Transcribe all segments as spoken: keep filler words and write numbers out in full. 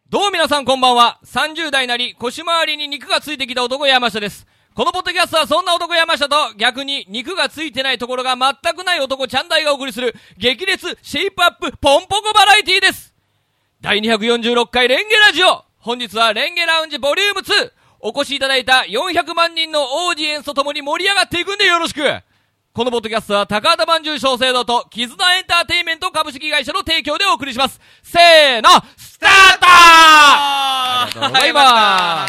どうも皆さんこんばんは。さんじゅう代なり腰回りに肉がついてきた男山下です。このポッドキャストはそんな男山下と逆に肉がついてないところが全くない男チャンダイがお送りする激烈シェイプアップポンポコバラエティです。だいにひゃくよんじゅうろっかいレンゲラジオ。本日はレンゲラウンジボリュームツー。お越しいただいたよんひゃくまんにんのオーディエンスとともに盛り上がっていくんでよろしく。このポッドキャストは高畑まんじゅう小生堂と絆エンターテインメント株式会社の提供でお送りします。せーの、スタートー。ありがとうございます。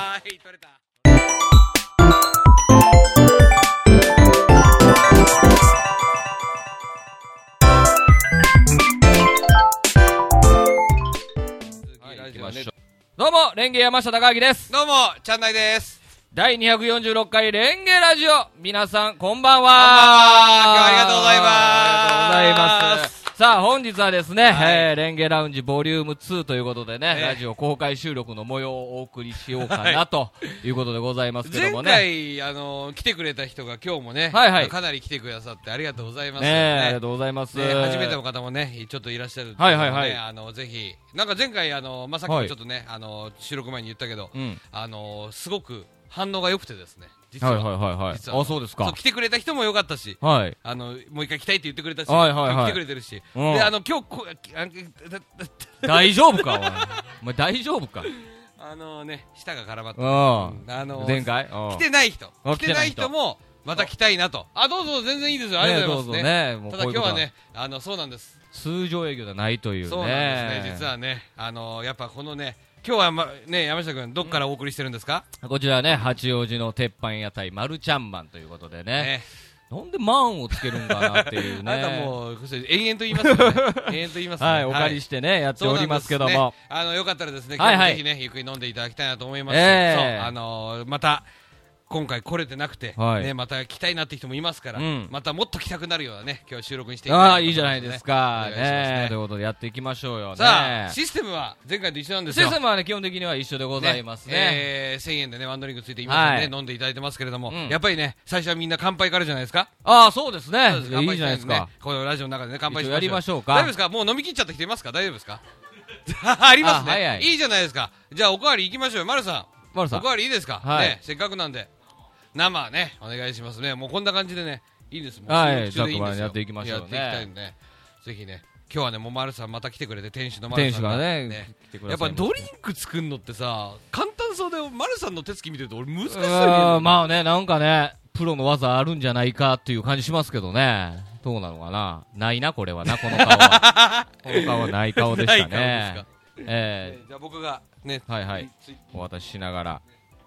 どうもレンゲ山下孝明です。 どうもチャンナイです。 だいにひゃくよんじゅうろっかいレンゲラジオ。皆さんこんばんは。 こんばんは。今日はありがとうございます。 ありがとうございます。さあ本日はですね、はい、えー、レンゲラウンジボリュームツーということでね、えー、ラジオ公開収録の模様をお送りしようかなということでございますけどもね。 前回あのー、来てくれた人が今日もね、はいはい、かなり来てくださってありがとうございます、ねね、ありがとうございます、ね、 初めての方もねちょっといらっしゃる、ね、 はいはいはい、 あのぜひなんか前回あの、まあ、さっきもちょっとね、はい、あの収録前に言ったけど、うん、あのすごく反応が良くてですね、実は、はいはいはいはい、実はあ、そうですか。そう来てくれた人も良かったし、はい、あのもう一回来たいって言ってくれたし、はいはいはい、来てくれてるし、うん、であの今日こ大丈夫かお前大丈夫かあのね舌が絡まって、 あの前回来てない人来てない人もまた来たいなと。あ、どうぞ全然いいですよ。ありがとうございますね。ね、ただ今日はねあのそうなんです。 通常営業ではないというね。 そうなんですね。実はねあのやっぱこのね。今日は、ま、ね、山下君どっからお送りしてるんですか？ うん、こちらね八王子の鉄板屋台マルちゃんマンということでね、ねなんでマンをつけるんかなっていうねあなたもう延々と言いますよね延々と言いますねはい、お借りしてね、はい、やっておりますけども、 ね、あのよかったらですね、今日もぜひね、はいはい、ゆっくり飲んでいただきたいなと思います、えー、そうあのー、また今回来れてなくて、はいね、また来たいなって人もいますから、うん、またもっと来たくなるようなね今日収録にしていきたいなと思います、ね、ああいいじゃないですか、ねね、ということでやっていきましょうよね。 さあシステムは前回と一緒なんですよ。 システムは、ね、基本的には一緒でございますね。ね、えー、せんえんでねワンドリンクついて今まで、ねはい、飲んでいただいてますけれども、うん、やっぱりね最初はみんな乾杯からじゃないですか。 ああそうですね。 そうです乾杯いいじゃないですか。 このラジオの中でね乾杯しましょう。 やりましょうか。 大丈夫ですか？もう飲み切っちゃった人いますか？大丈夫ですか？ありますね。はいはい、いいじゃないですか。じゃあおかわり行きましょうよ。丸さん、丸さんおかわりいいですか？はい、ね、せっかくなんで。生ねお願いしますね。もうこんな感じでねいいですもん。 はい、じゃあやっていきましょうね。 やっていきたいんでぜひね今日はねもう丸さんまた来てくれて店主の丸さんがね、 ねやっぱドリンク作るのってさ簡単そうで丸さんの手つき見てると俺難しそうに見える。 まあねなんかねプロの技あるんじゃないかっていう感じしますけどね。どうなのかな。ないなこれはなこの顔はこの顔はない顔でしたね。 ない顔ですか。 えー、じゃあ僕がねはいはいお渡ししながら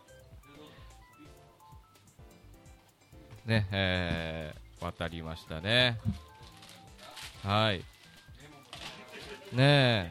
ねえー、渡りましたね。はいねえ、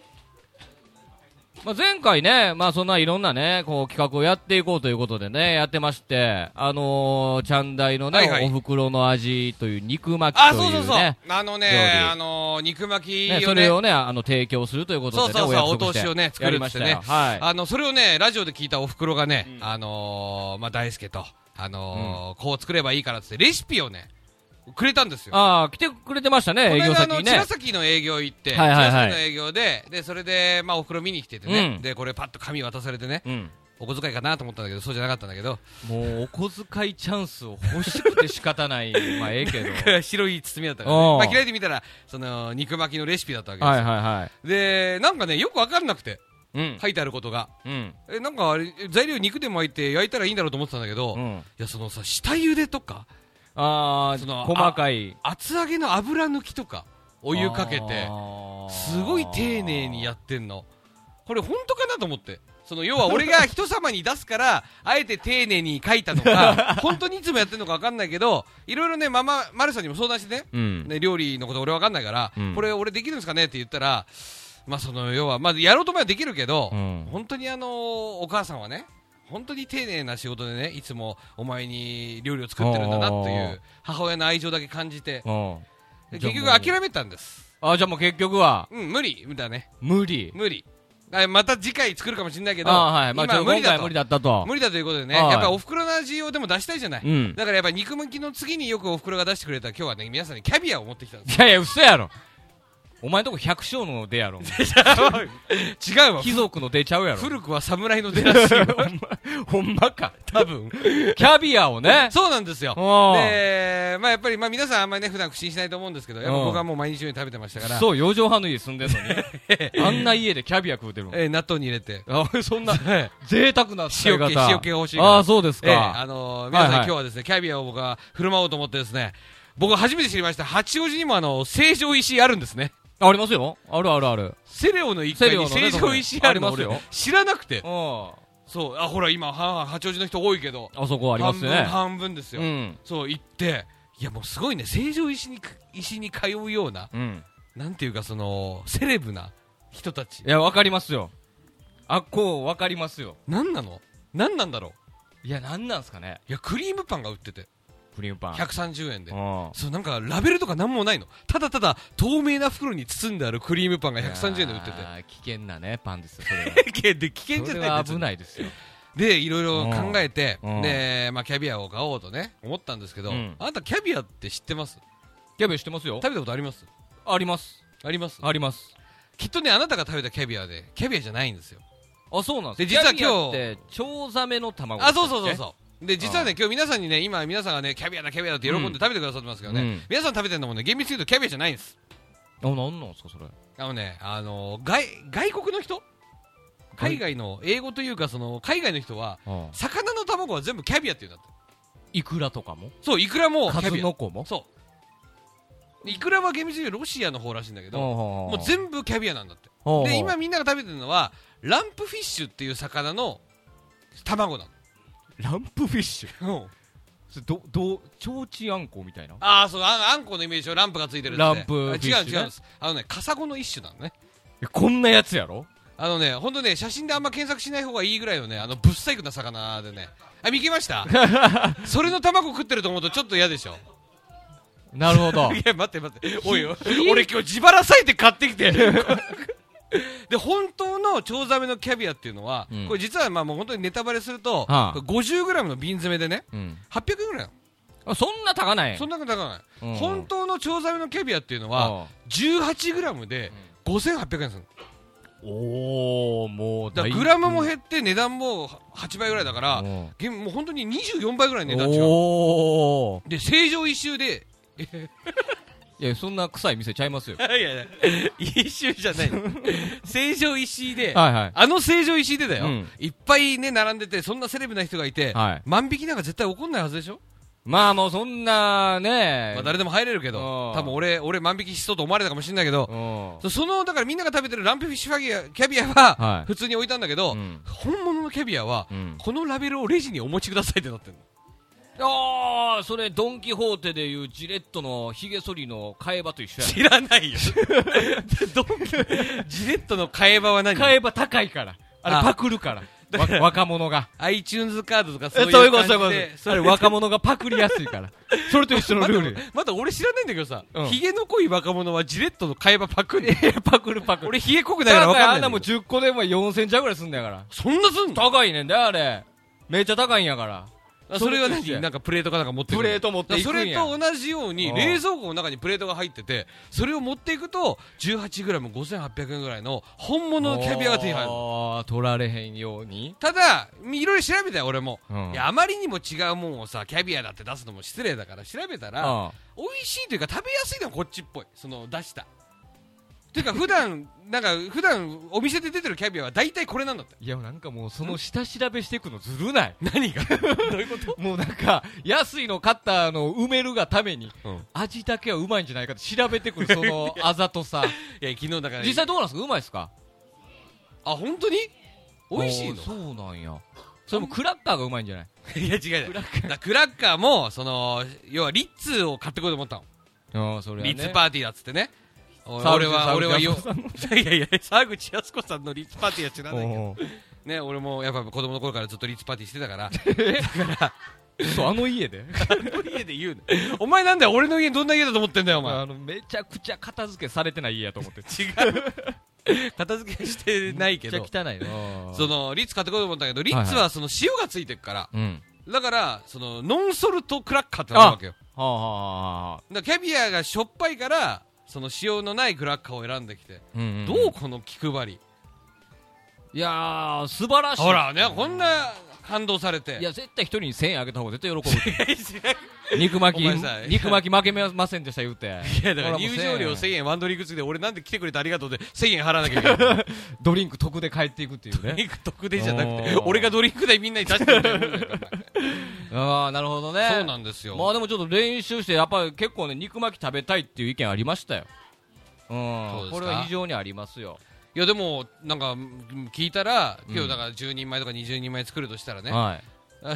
まあ、前回ねまあそんないろんなねこう企画をやっていこうということでねやってましてあのー、チャンダイのね、はいはい、お袋の味という肉巻きというねあそうそうそうあのねあのー、肉巻きをね、 ねそれをねあの提供するということでねそうそうそうお通しをね作るってね、はい、あのそれをねラジオで聞いたお袋がね、うん、あのー、まあ大輔とあのーうん、こう作ればいいからってレシピをねくれたんですよ。 ああ来てくれてましたね。営業先にね茅ヶ崎の営業行って、はいはいはい、茅ヶ崎の営業ででそれでまあお袋見に来ててね、うん、でこれパッと紙渡されてね、うん、お小遣いかなと思ったんだけどそうじゃなかったんだけどもうお小遣いチャンスを欲しくて仕方ないまあええけど白い包みだったから、ね、まあ開いてみたらその肉巻きのレシピだったわけですよ、 はいはいはい、 でなんかねよく分かんなくてうん、書いてあることが、うん、えなんかあれ材料肉で巻いて焼いたらいいんだろうと思ってたんだけど、うん、いやそのさ下茹でとかあその細かい厚揚げの油抜きとかお湯かけてすごい丁寧にやってんの。これ本当かなと思ってその要は俺が人様に出すからあえて丁寧に書いたのか本当にいつもやってるのか分かんないけどいろいろねマママルさんにも相談してね、うん、ね料理のこと俺分かんないから、うん、これ俺できるんですかねって言ったらまあその要はまあやろうと思えばできるけど、うん、本当にあのー、お母さんはね本当に丁寧な仕事でねいつもお前に料理を作ってるんだなという母親の愛情だけ感じて結局諦めたんです。 あじゃあもう結局はうん無理だね無理無理また次回作るかもしれないけどはいまあ、今無理だと無理だったと無理だということでねやっぱお袋の味をでも出したいじゃない、うん、だからやっぱ肉巻きの次によくお袋が出してくれた今日はね皆さんにキャビアを持ってきたんです。 いやいや嘘やろお前んとこ百姓の出やろ。 違うわ。 貴族の出ちゃうやろ。 古くは侍の出らしいよ。 ほんまか。 多分。 キャビアをね。 そうなんですよ。 うんで、まあやっぱり、まあ皆さんあんまりね、普段口にしないと思うんですけど、やっぱ僕はもう毎日のように食べてましたから。 そう、四畳半の家住んでんのに。あんな家でキャビア食うてるの。 えー、納豆に入れて。 あ、そんな、贅沢な使い方。 塩気、塩気が欲しいから。 ああ、そうですか。 えー、あのー、皆さん、 はいはい今日はですね、キャビアを僕は振る舞おうと思ってですね、僕は初めて知りました。八王子にもあの、成城石井あるんですね。 ありますよ。あるあるある。 セレオの一階に成城石井あるのありますよ。 知らなくて。 うん。 そう、あ、ほら今、は八王子の人多いけど。 あそこありますね。 半分、半分ですよ。 うん。 そう、行って、いやもうすごいね、成城石井に、石井に通うような、 うん。 なんていうかその、セレブな人たち。 いや、わかりますよ。あっこう、わかりますよ。 なんなのなんなんだろう。 いや、なんなんすかね。 いや、クリームパンが売ってて。 クリームパン。 ひゃくさんじゅうえんで。 うん。 そう、なんか、ラベルとかなんもないの。ただただ、透明な袋に包んであるクリームパンがひゃくさんじゅうえんで売ってて。 あー危険なね、パンですよ、それは。 で、危険じゃない。 それは危ないですよ。 で、いろいろ考えて、 うんで、まあ、キャビアを買おうとね、思ったんですけど、 うんあなたキャビアって知ってます？ キャビア知ってますよ。 食べたことあります？ あります。 あります？ あります。 きっとね、あなたが食べたキャビアで、キャビアじゃないんですよ。 あ、そうなんです。 で実は今日キャビアって、チョウザメの卵。 あ、そうそうそうそう。で、実はね、 あ今日皆さんにね、今皆さんがね、キャビアだ、キャビアだって喜んで食べてくださってますけどね、 うん皆さん食べてるのもね、厳密に言うとキャビアじゃないんです。 あ、なんなんですか、それ。 あのね、あのー、外、外国の人海外の、英語というか、その、海外の人は、 ああ魚の卵は全部キャビアって言うんだって。 イクラとかもそう、イクラもキャ数ビア。 の子もそう。イクラは厳密に言うとロシアの方らしいんだけど、ももう全部キャビアなんだって。 部で、今みんなが食べてるのは、ランプフィッシュっていう魚の卵なランプフィッシュ。 の。 それど、どう、ちょうちんあんこみたいな。 ああ、そう、あんあんこのイメージをランプがついてるって。 ランプフィッシュねあ違う違うんです。あのね、カサゴの一種なのね。 えこんなやつやろあのね、ほんとね、写真であんま検索しない方がいいぐらいのね、あの、ぶっ細工な魚でね。あ、見けましたそれの卵食ってると思うとちょっと嫌でしょ。 なるほど。 いや、待って待って。おいよ。俺今日自腹割いて買ってきて。で、本当のチョウザメのキャビアっていうのは、 うんこれ実はまあもう本当にネタバレすると、 はあこれ ごじゅうグラム の瓶詰めでね、 うん。 はっぴゃくえんぐらいなの。 あそんな高ないそんなに高ない。 うん本当のチョウザメのキャビアっていうのは、 あじゅうはちグラム でごせんはっぴゃくえんするの。 おー、もうだかだいぶらグラムも減って値段もはちばいぐらいだから、 うんげんもう本当ににじゅうよんばいぐらい値段違う。 おー。 で、成城一周で、 いや、そんな臭い店ちゃいますよ。 いやいや、一周じゃない。成城石井で、 はいはい。 あの成城石井でだよ、 うんいっぱいね、並んでて、そんなセレブな人がいて、 はい万引きなんか絶対起こんないはずでしょ、 まあもうそんなねまあ誰でも入れるけど、 うん多分俺、俺万引きしそうと思われたかもしれないけど、 うん。 その、だからみんなが食べてるランプフィッシュファギア、キャビアは、 はい普通に置いたんだけど、 うん本物のキャビアは、 うんこのラベルをレジにお持ちくださいってなってるの。 ああ、それドンキホーテでいうジレットのヒゲ剃りの替え刃と一緒やね知らないよ。どんジレットの替え刃は何？ 替え刃高いから。あれあパクるから。わ若者が。 iTunes カードとかえそういうそういうこと、 感じそういうで、 こと。あれ若者がパクりやすいから。それと一緒のルール。 まだ俺知らないんだけどさ、 うんヒゲの濃い若者はジレットの替え刃パクる。 パクるパクる。 俺ヒゲ濃くないから分かんないんだけど。 あんなもんじゅっこでもよんせんちゃうぐらいすんだから。 そんなすんの？ 高いねんだよ、あれ。めっちゃ高いんやから。 あそれはそれと一緒や何なんかプレートかなんか持ってくるプレート持っていくんやそれと同じようにうん冷蔵庫の中にプレートが入ってて、それを持っていくと じゅうはちグラムごせんはっぴゃくえんぐらいの本物のキャビアが手に入るの。 ああ、取られへんように。 ただいろいろ調べたよ俺も、 うんいやあまりにも違うもんをさキャビアだって出すのも失礼だから調べたら、 あ美味しいというか食べやすいのはこっちっぽい、その出したというか普段なんか普段お店で出てるキャビアは大体これなんだって。 いや、なんかもうその下調べしていくのずるない。 何がどういうこと？ もうなんか、安いの買ったのを埋めるがために、 うん味だけはうまいんじゃないかって調べてくる、そのあざとさ。 いや昨日だから実際どうなんですか？うまいですか？ あ本当に美味しいの？ あーそうなんや。それもクラッカーがうまいんじゃない？ いや違うよクラッカだクラッカーもその要はリッツを買ってこいと思ったの、 ー。ああ、それはね。 リッツパーティーだっつってね。お沢口俺は俺はよ沢口いやいや沢口靖子さんのリッツパーティーは知らないけどおうね、俺もやっぱ子供の頃からずっとリッツパーティーしてたからそう、あの家で。 家で言うのお前なんだよ俺の家どんな家だと思ってんだよお前あの、めちゃくちゃ片付けされてない家やと思って。 違う片付けしてないけどめっちゃ汚いの。 そのリッツ買ってこいと思ったけどリッツはその塩がついてるから、 うん。 だからそのノンソルトクラッカーってなるわけよ。 はあはあはあはあ。 だからキャビアがしょっぱいからその塩のないクラッカーを選んできて、 うんうんうん、 どうこの気配り。 いやー素晴らしい。 ほらね、こんな感動されて。 いや絶対一人にせんえんあげた方が絶対喜ぶ肉巻き肉巻き負けませんでした言うて。 いやだから入場料せんえんワンドリンク付きで俺なんで来てくれてありがとうでせんえん払わなきゃいけないドリンク得で帰っていくっていうね。 ドリンク得でじゃなくて俺がドリンク代みんなに出してるんだよああなるほどね。 そうなんですよ。 まあでもちょっと練習してやっぱり結構ね肉巻き食べたいっていう意見ありましたよ。うん、これは非常にありますよ。 いやでもなんか聞いたら今日だからじゅうにんまえとかにじゅうにんまえ作るとしたらね、はい、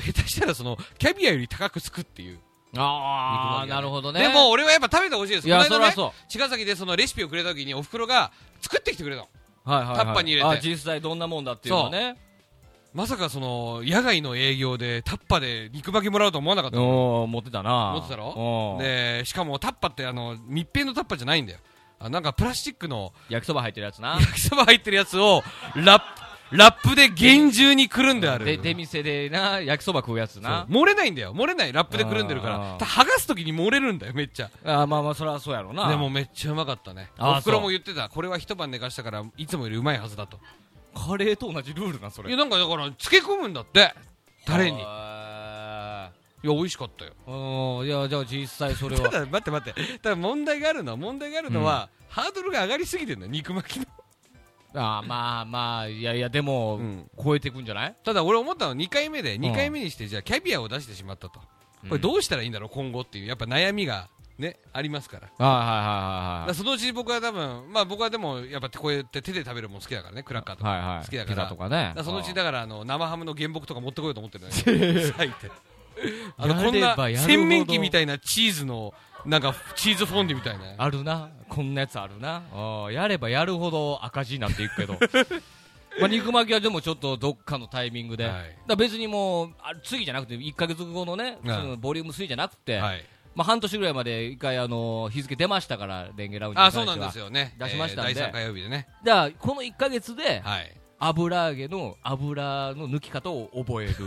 下手したらそのキャビアより高くつくっていう。 ああ、ね、なるほどね。 でも俺はやっぱ食べてほしいです。 いやこの間ね、 そらそう茅ヶ崎でそのレシピをくれた時にお袋が作ってきてくれたの、 はいはいはい、 タッパーに入れて。 あ実際どんなもんだっていうのね。 まさかその野外の営業でタッパで肉巻きもらうと思わなかったの。 お持ってたな。 持ってたろ。でしかもタッパってあの密閉のタッパじゃないんだよ。あなんかプラスチックの焼きそば入ってるやつな。 焼きそば入ってるやつをラップラップで厳重にくるんである。 で出店でな焼きそば食うやつな。 漏れないんだよ。漏れない。ラップでくるんでるから剥がす時に漏れるんだよめっちゃ。 あまあまあそれはそうやろうな。 でもめっちゃうまかったね。おふくろも言ってた。これは一晩寝かしたからいつもよりうまいはずだと。 カレーと同じルールなそれ。 いやなんかだから漬け込むんだってタレに。いや美味しかったよ。いやじゃあ実際それはただ待って待ってただ問題があるのは問題があるのは、うん、ハードルが上がりすぎてるんだよ肉巻きの。 あまあまあいやいやでも、うん、超えていくんじゃない。 ただ俺思ったのにかいめでにかいめにしてじゃあキャビアを出してしまったと、うん、これどうしたらいいんだろう今後っていうやっぱ悩みがねありますから。 はいはいはいはい。 そのうち僕は多分まあ僕はでもやっぱこうやって手で食べるもの好きだからねクラッカーとか好きだから、はいはい、ピザとかね。そのうちだからあの生ハムの原木とか持ってこようと思ってるのよ。あのこんな洗面器みたいなチーズのなんかチーズフォンデュみたいなあるな。こんなやつあるな。あやればやるほど赤字になっていくけどまあ肉巻きはでもちょっとどっかのタイミングで、はい、だ別にもう次じゃなくていっかげつごのね、はい、そのボリュームスリーじゃなくて、はい、まあ半年ぐらいまで一回あの日付出ましたからレンゲラウンジに関しては。あそうなんですよね。出しましたんで、えー、だいさん火曜日でね。だからこのいっかげつで、はい、油揚げの油の抜き方を覚える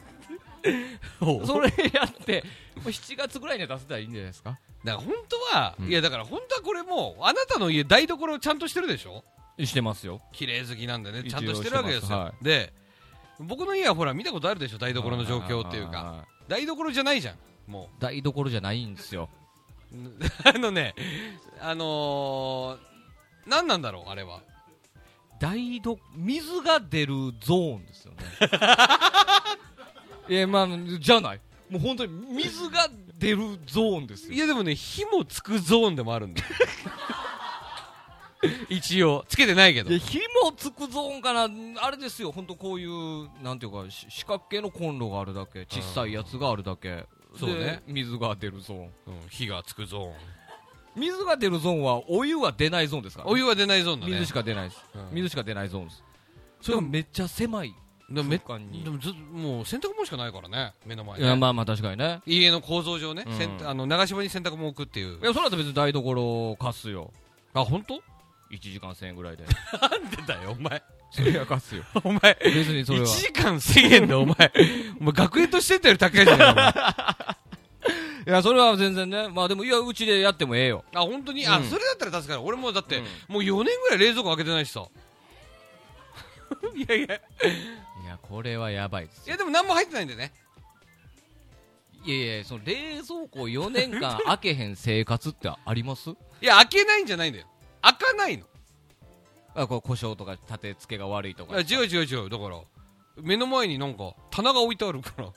それやってしちがつぐらいには出せたらいいんじゃないですか。 だから本当は、うん、いやだから本当はこれもうあなたの家台所ちゃんとしてるでしょ。 してますよ。 綺麗好きなんでねちゃんとしてるわけですよ、はい、で僕の家はほら見たことあるでしょ台所の状況っていうか台所じゃないじゃん。もう台所じゃないんですよあのねあのー、何なんだろうあれは。 台所水が出るゾーンですよねいやまあじゃないもう本当に水が出るゾーンですよ。 いやでもね火もつくゾーンでもあるんだよ一応つけてないけど。 火もつくゾーンかなあれですよ本当こういうなんていうか四角形のコンロがあるだけ小さいやつがあるだけ、そうね。水が出るゾーン、うん、 火がつくゾーン。 水が出るゾーンはお湯は出ないゾーンですから、ね、 お湯は出ないゾーンだね。 水しか出ないです、うん、水しか出ないゾーンです。それがめっちゃ狭い空間に。 でもずもう洗濯物しかないからね目の前に、ね、いやまあまあ確かにね家の構造上ね、うん、あの流し場に洗濯物置くっていう。 いやそれだと別に台所貸すよ。 あ本当いちじかんせんえんぐらいでなんでだよお前それは貸すよお前別にそれはいちじかんせんえんでお前お前学園としてったより高いじゃないいやそれは全然ね。まあでもいやうちでやってもええよ。 あ本当に、うん、あそれだったら確かに俺もだって、うん、もうよねんぐらい冷蔵庫開けてないしさいやいやいやこれはやばいです。 いやでも何も入ってないんでね。 いやいやその冷蔵庫よねんかん開けへん生活ってあります？ いや開けないんじゃないんだよ。開かないの。 あこう故障とか立て付けが悪いとか。 いや違う違う違うだから目の前になんか棚が置いてあるから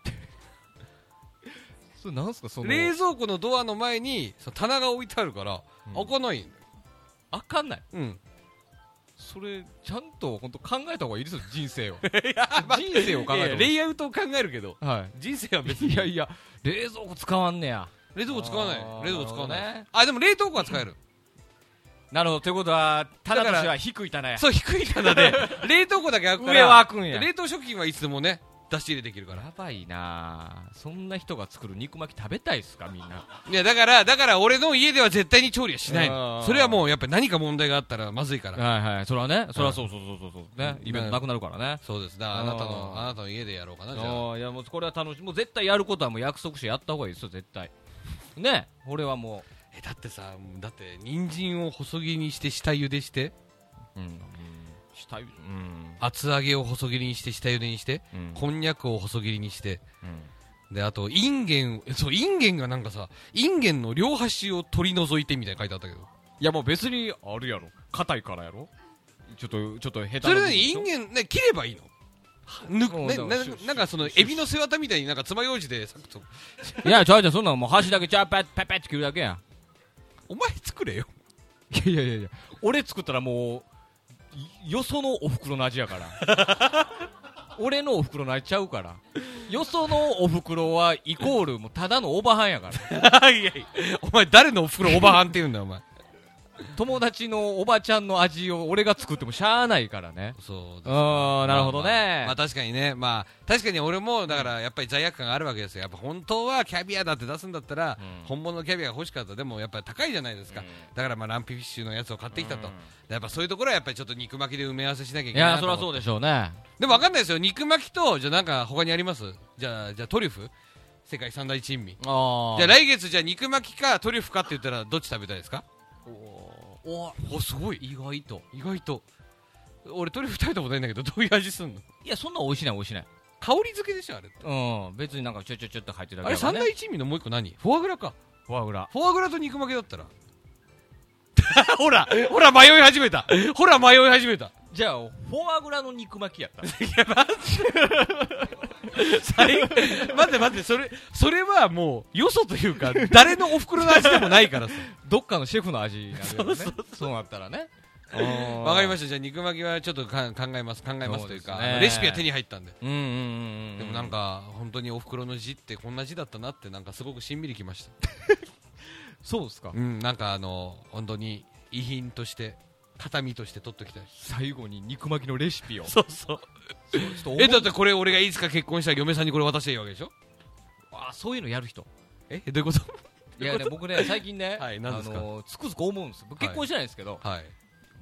それなんすかその冷蔵庫のドアの前にその棚が置いてあるから、うん、開かないんだよ。 開かない。 うんそれちゃんと本当考えた方がいいですよ人生を人生を考えた方がいい。 レイアウトを考えるけど、はい、人生は別にいやいや冷蔵庫使わんねや。 冷蔵庫使わない。冷蔵庫使わない、ね、あでも冷凍庫は使えるなるほど。ということは棚としては低い棚や。 そう低い棚で冷凍庫だけ開くから上は開くんや。 冷凍食品はいつでもね出し入れできるから。 やばいなそんな人が作る肉巻き食べたいっすかみんな。 いやだからだから俺の家では絶対に調理はしないの。それはもうやっぱり何か問題があったらまずいから。 はいはいそれはねそれはそうそうそうそうね、うん、イベントなくなるからね。 そうですだからあなたのあなたの家でやろうかな。じゃあいやもうこれは楽しい。もう絶対やることはもう約束してやった方がいいですよ絶対ね。俺はもうえだってさだって人参を細切りにして下茹でして、 うんうん、下茹で、うん、 厚揚げを細切りにして下茹でにして、うん、こんにゃくを細切りにして、うん、であとインゲンそうインゲンがなんかさインゲンの両端を取り除いてみたいな書いてあったけど、 いやもう別にあるやろ硬いからやろちょっとちょっと下手なそれでインゲンね切ればいいのぬね、な, なんかそのエビの背わたみたいになんか爪楊枝でサクといやちょいちょいそんなもう箸だけチャッパッパッパッって切るだけやん。 お前作れよ。 いやいやいや俺作ったらもうよそのお袋の味やから俺のお袋の味ちゃうからよそのお袋はイコールもうただのおばはんやからいやいやお前誰のお袋おばはんって言うんだよお前友達のおばちゃんの味を俺が作ってもしゃあないからね。 そうです、 ね、あなるほどね、まあまあ、まあ確かにね、まあ確かに俺もだからやっぱり罪悪感があるわけですよ。やっぱ本当はキャビアだって出すんだったら、うん、本物のキャビアが欲しかった。でもやっぱり高いじゃないですか、うん、だからまあランピフィッシュのやつを買ってきたと、うん、やっぱそういうところはやっぱりちょっと肉巻きで埋め合わせしなきゃいけないなと。 いやそりゃそうでしょうね。 でも分かんないですよ肉巻きとじゃあなんか他にあります？じゃあじゃあトリュフ世界三大珍味。あじゃあ来月じゃあ肉巻きかトリュフかって言ったらどっち食べたいですか？ おおすごい意外と意外と俺トリュフ食べたことないんだけどどういう味すんの？ いやそんな美味しない美味しない香り付けでしょあれって。 うん別になんかちょちょちょっと入ってるだけだから、ね、あれ三大珍味のもう一個何？フォアグラか。 フォアグラフォアグラと肉巻きだったらほらほら迷い始めたほら迷い始めた。 じゃあフォアグラの肉巻きやったらいや待って待って待ってそれそれはもうよそというか誰のお袋の味でもないからさどっかのシェフの味になるよね。そうそうそうそうなったらねわかりました。じゃあ肉巻きはちょっとか考えます考えますというか、ね、レシピは手に入ったんで。うんうんうんうんでもなんか本当にお袋の字ってこんな字だったなってなんかすごくしんみりきましたそうですか。 うんなんかあの本当に遺品として形見として取っときたい。 最後に肉巻きのレシピをそうそうえだってこれ俺がいつか結婚したら嫁さんにこれ渡していいわけでしょ。 あそういうのやる人えどういうこといやね僕ね最近ね、 はい、何ですか？あのー、つくづく思うんですよ。僕結婚してないんですけど、はい、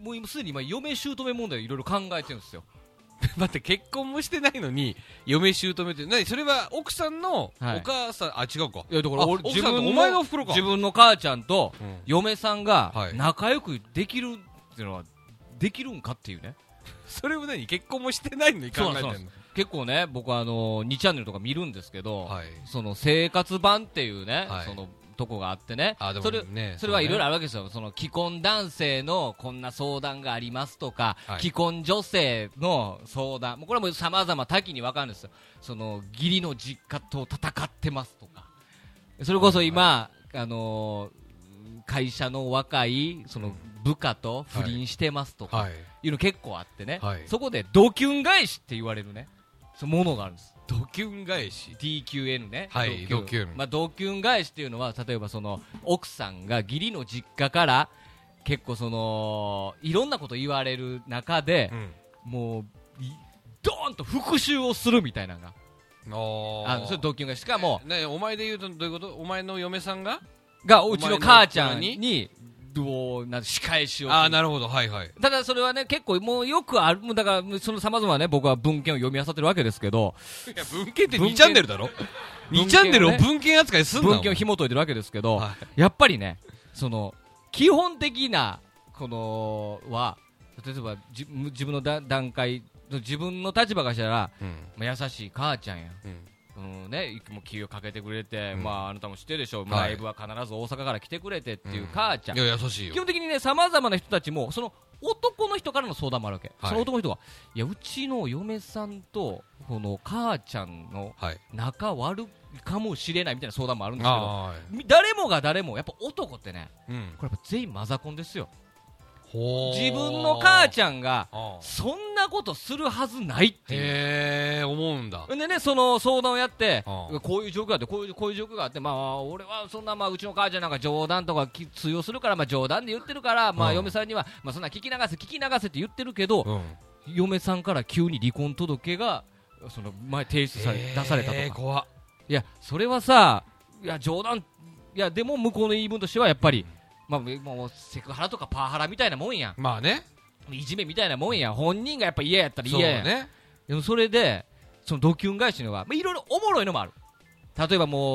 もう今すでに今嫁姑問題をいろいろ考えてるんですよ待って結婚もしてないのに嫁姑って何？それは奥さんのお母さん、はい、あ違うか。 いやだから俺自分のお前のお袋か。 自分の母ちゃんと嫁さんが仲良くできるっていうのはできるんかっていうねそれを何結婚もしてないのに考えてんの？ 結構ね僕はあのにチャンネルとか見るんですけど、はい、その生活版っていうね、はい、そのとこがあってね、あでもねそれはいろいろあるわけですよ。その既婚男性のこんな相談がありますとか、はい、既婚女性の相談もうこれはもう様々多岐に分かるんですよ。その義理の実家と戦ってますとかそれこそ今、はいはい、あのー、会社の若いその部下と不倫してますとかいうの結構あってね、はい、そこでドキュン返しって言われるねそのものがあるんです。 ドキュン返し ディーキューエヌ ね、 はい、ドキュン、まあ、ドキュン返しっていうのは例えばその奥さんが義理の実家から結構そのいろんなこと言われる中で、うん、もうドーンと復讐をするみたいなのがあのそれドキュン返し。しかも、 ねね、お前で言うとどういうこと？お前の嫁さんががうちの母ちゃんにどうな仕返しをする。 あなるほどはいはい。 ただそれはね結構もうよくあるだからその様々ね僕は文献を読み漁ってるわけですけどいや文献ってにチャンネルだろにチャンネルを文献扱いすんな。 文献を紐解いてるわけですけど、はい、やっぱりねその基本的なこのは例えば自分のだ段階自分の立場がしたら、うんまあ、優しい母ちゃんや、うんうんね、いつも気をかけてくれて、うんまあ、あなたも知ってるでしょう、はい、ライブは必ず大阪から来てくれてっていう母ちゃん、 うん、いや優しいよ。 基本的にね様々な人たちもその男の人からの相談もあるわけ、はい、その男の人がいやうちの嫁さんとこの母ちゃんの仲悪いかもしれないみたいな相談もあるんですけど、はい、誰もが誰もやっぱ男ってね、うん、これやっぱ全員マザコンですよ。自分の母ちゃんがそんなことするはずないっていうへー思うんだ。 でねその相談をやってこういう状況があってこういうこういう状況があってまあ俺はそんなまあうちの母ちゃんなんか冗談とか通用するからまあ冗談で言ってるからまあ嫁さんにはまあそんな聞き流せ聞き流せって言ってるけど、うん、嫁さんから急に離婚届がその前提出され出されたとか。 怖っ。 いやそれはさいや冗談いやでも向こうの言い分としてはやっぱり、うんまあ、もうセクハラとかパワハラみたいなもんやん。 まあねいじめみたいなもんやん。本人がやっぱ嫌やったら嫌やん。そうね。でもそれでそのドキュン返しのは、まあ、いろいろおもろいのもある。例えばもう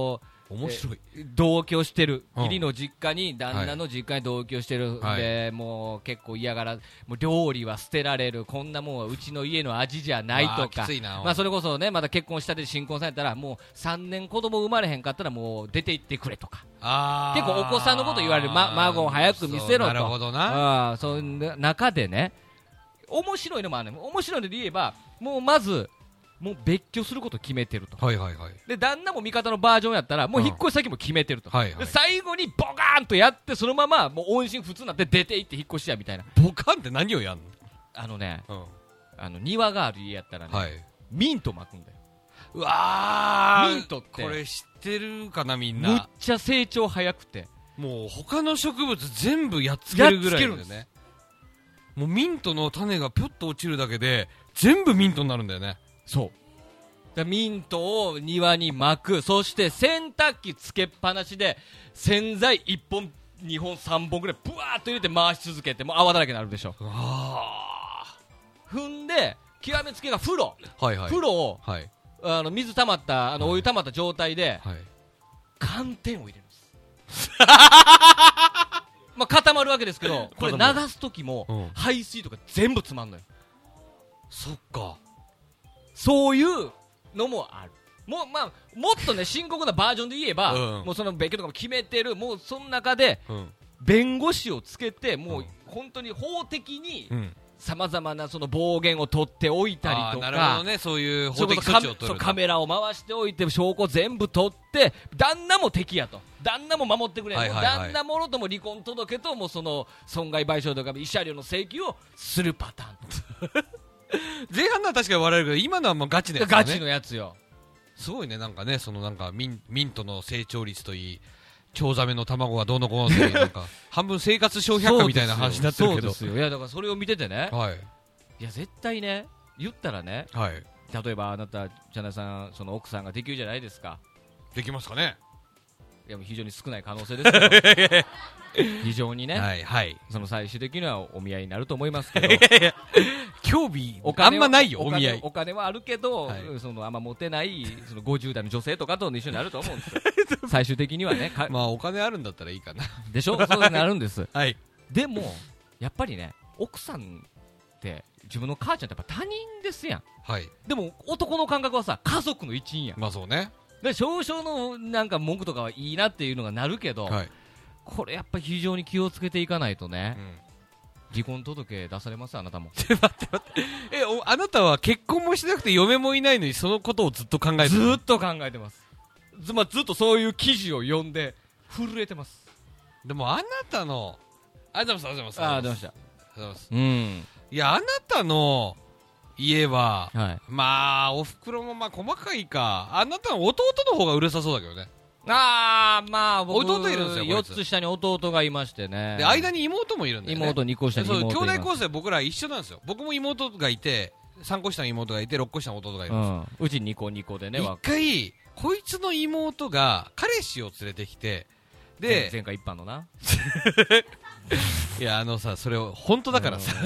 面白い。 同居してる、 うん義理の実家に旦那の実家に同居してる、 はいでもう結構嫌がらもう料理は捨てられる、こんなもんはうちの家の味じゃないとあーかきついな。 まあそれこそねまだ結婚したてで新婚されたらもうさんねん子供生まれへんかったらもう出て行ってくれとかあー結構お子さんのこと言われる、ま、孫を早く見せろと。 そうなるほどな。 あーそういう中でね面白いのもあるね。面白いので言えばもうまずもう別居することを決めてると。 はいはいはい。 で旦那も味方のバージョンやったらもう引っ越し先も決めてると、 はいはいで最後にボカーンとやってそのままもう音信不通になって出て行って引っ越しやみたいな。 ボカンって何をやんあのねの？ あの庭がある家やったらね、 うん。はい。 ミント巻くんだよ。 うわーミントってこれ知ってるかなみんむっな。 ちゃ成長早くてもう他の植物全部やっつけるぐらいだよやっつけるんね。もうミントの種がぴょっと落ちるだけで全部ミントになるんだよね。 そうだミントを庭に巻く、そして洗濯機つけっぱなしで洗剤いっぽんにほんさんぼんぐらいブワーっと入れて回し続けてもう泡だらけになるでしょ。 あ踏んで極めつけが風呂、 ーはいはい。 風呂をはいあの水溜まったあのはいお湯溜まった状態ではい。 寒天を入れるんですまあ固まるわけですけどこれ流固まるす時もうん排水とか全部詰まんのよ。 そっか。 そういうのもある。もうまあもっとね深刻なバージョンで言えば、 うんもうその別居とかも決めてる、もうその中でうん。 弁護士をつけてもううん本当に法的にうん。 さまざまなその暴言を取っておいたりあーとか、 なるほどね。そういうそういう法的ことカメそう措置を取る。 カメラを回しておいて証拠全部取って旦那も敵やと、旦那も守ってくれ、 はいはいはいもう旦那もろとも離婚届ともその損害賠償とか慰謝料の請求をするパターンと前半のは確かに笑えるけど今のはもうガチなやつだね。 ガチのやつよ。 すごいね。なんかね、そのなんかミンミントの成長率といい、チョウザメの卵がどうのこうのといい、なんか半分生活笑百科みたいな話になってるけど。 そうですよ。いやだからそれを見ててね、 はいいや絶対ね言ったらね、 はい。 例えばあなたチャナさんその奥さんができるじゃないですか。 できますかね。 いやもう非常に少ない可能性ですけど非常にね、 はいはい。 その最終的にはお見合いになると思いますけど興味お金はあんまないよ、おお金見合い。 お金はあるけど、 はいそのあんまモテないそのごじゅう代の女性とかと一緒になると思うんですよ最終的にはねかまあお金あるんだったらいいかな。 でしょそうなるんですはい。 でもやっぱりね奥さんって自分の母ちゃんってやっぱ他人ですやん。 はい。 でも男の感覚はさ家族の一員やん。 まあそうね。 で少々のなんか文句とかはいいなっていうのがなるけど、 はい。 これやっぱ非常に気をつけていかないとねう、ん。 離婚届出されますあなたも。 え、おあなたは結婚もしなくて嫁もいないのにそのことをずっと考えてるずーっと考えてますず,、まあ、ずっとそういう記事を読んで震えてます。 でもあなたの、ありがとうございます。 ああ出ました。 ありがとうございます。 うんいや、あなたの家は、 はい。 まあ、お袋もまあ細かいか。あなたの弟の方がうるさそうだけどね。 ああまあ僕弟いるんですよこいよっつつ下に弟がいましてね。 で、間に妹もいるんだよね。 妹にこ下にそう、 妹兄弟います。 構成僕ら一緒なんですよ。僕も妹がいて、さんこ下の妹がいて、ろっこ下の弟がいるんですよ。 うん、うちにこにこでね。 一わ回、こいつの妹が彼氏を連れてきて、 前で、 前回一般のな。 いや、あのさ、それを、本当だからさ。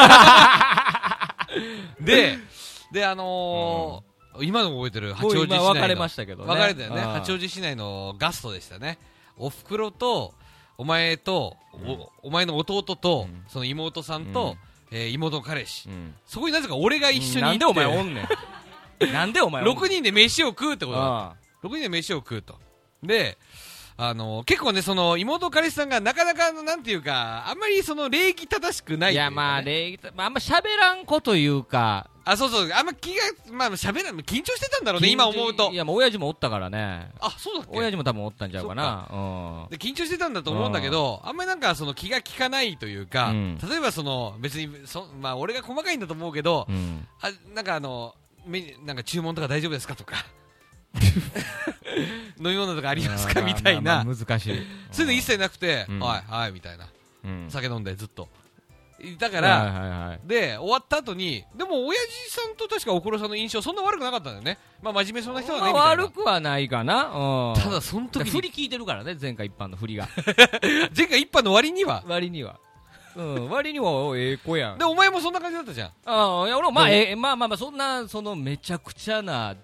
で、で、あのー今でも覚えてる、八王子市内の。 もう今別れましたけどね別れたよね。 あー八王子市内のガストでしたね。おふくろと、お前と、おお前の弟と、 うんその妹さんと、えー妹の彼氏。 うんそこになぜか俺が一緒になんでお前お行っんねん。なんでお前おんねん。 て、ろくにんで飯を食うってことだった。 あろくにんで飯を食うと。で、あのー結構ね、その、妹彼氏さんがなかなか、あのなんていうか、あんまりその、礼儀正しくないというかね、 いやまあ礼儀、まあ、あんま喋らんこというか。 あ、そうそう、あんま気が、まあ喋らん、緊張してたんだろうね、今思うとい。やもう親父もおったからね。 あ、そうだっけ親父も多分おったんちゃうかな。うん。 で緊張してたんだと思うんだけど、あんまりなんかその気が利かないというか、 うん例えばその別にそ、まあ、俺が細かいんだと思うけど、 うん。 あなんかあのメなんか注文とか大丈夫ですかとか飲み物とかありますかみたいな、 まあまあまあ難しい。 そういうの一切なくて、 うんはいはいみたいな、 うん。 酒飲んでずっとだか、 からはいはいはい。 で終わった後にでも親父さんと確かおふくろさんの印象そんな悪くなかったんだよね。まあ真面目そうな人だねみまあたいな。 悪くはないかな。うん。 ただその時に振り聞いてるからね、前回一般の振りが。 前回一杯の割には割には。うん、割にはおええ子やん。 でお前もそんな感じだったじゃん。 ああ、いや俺もまあ、 でもええまあまあまあ、そんな、そのめちゃくちゃな、ど、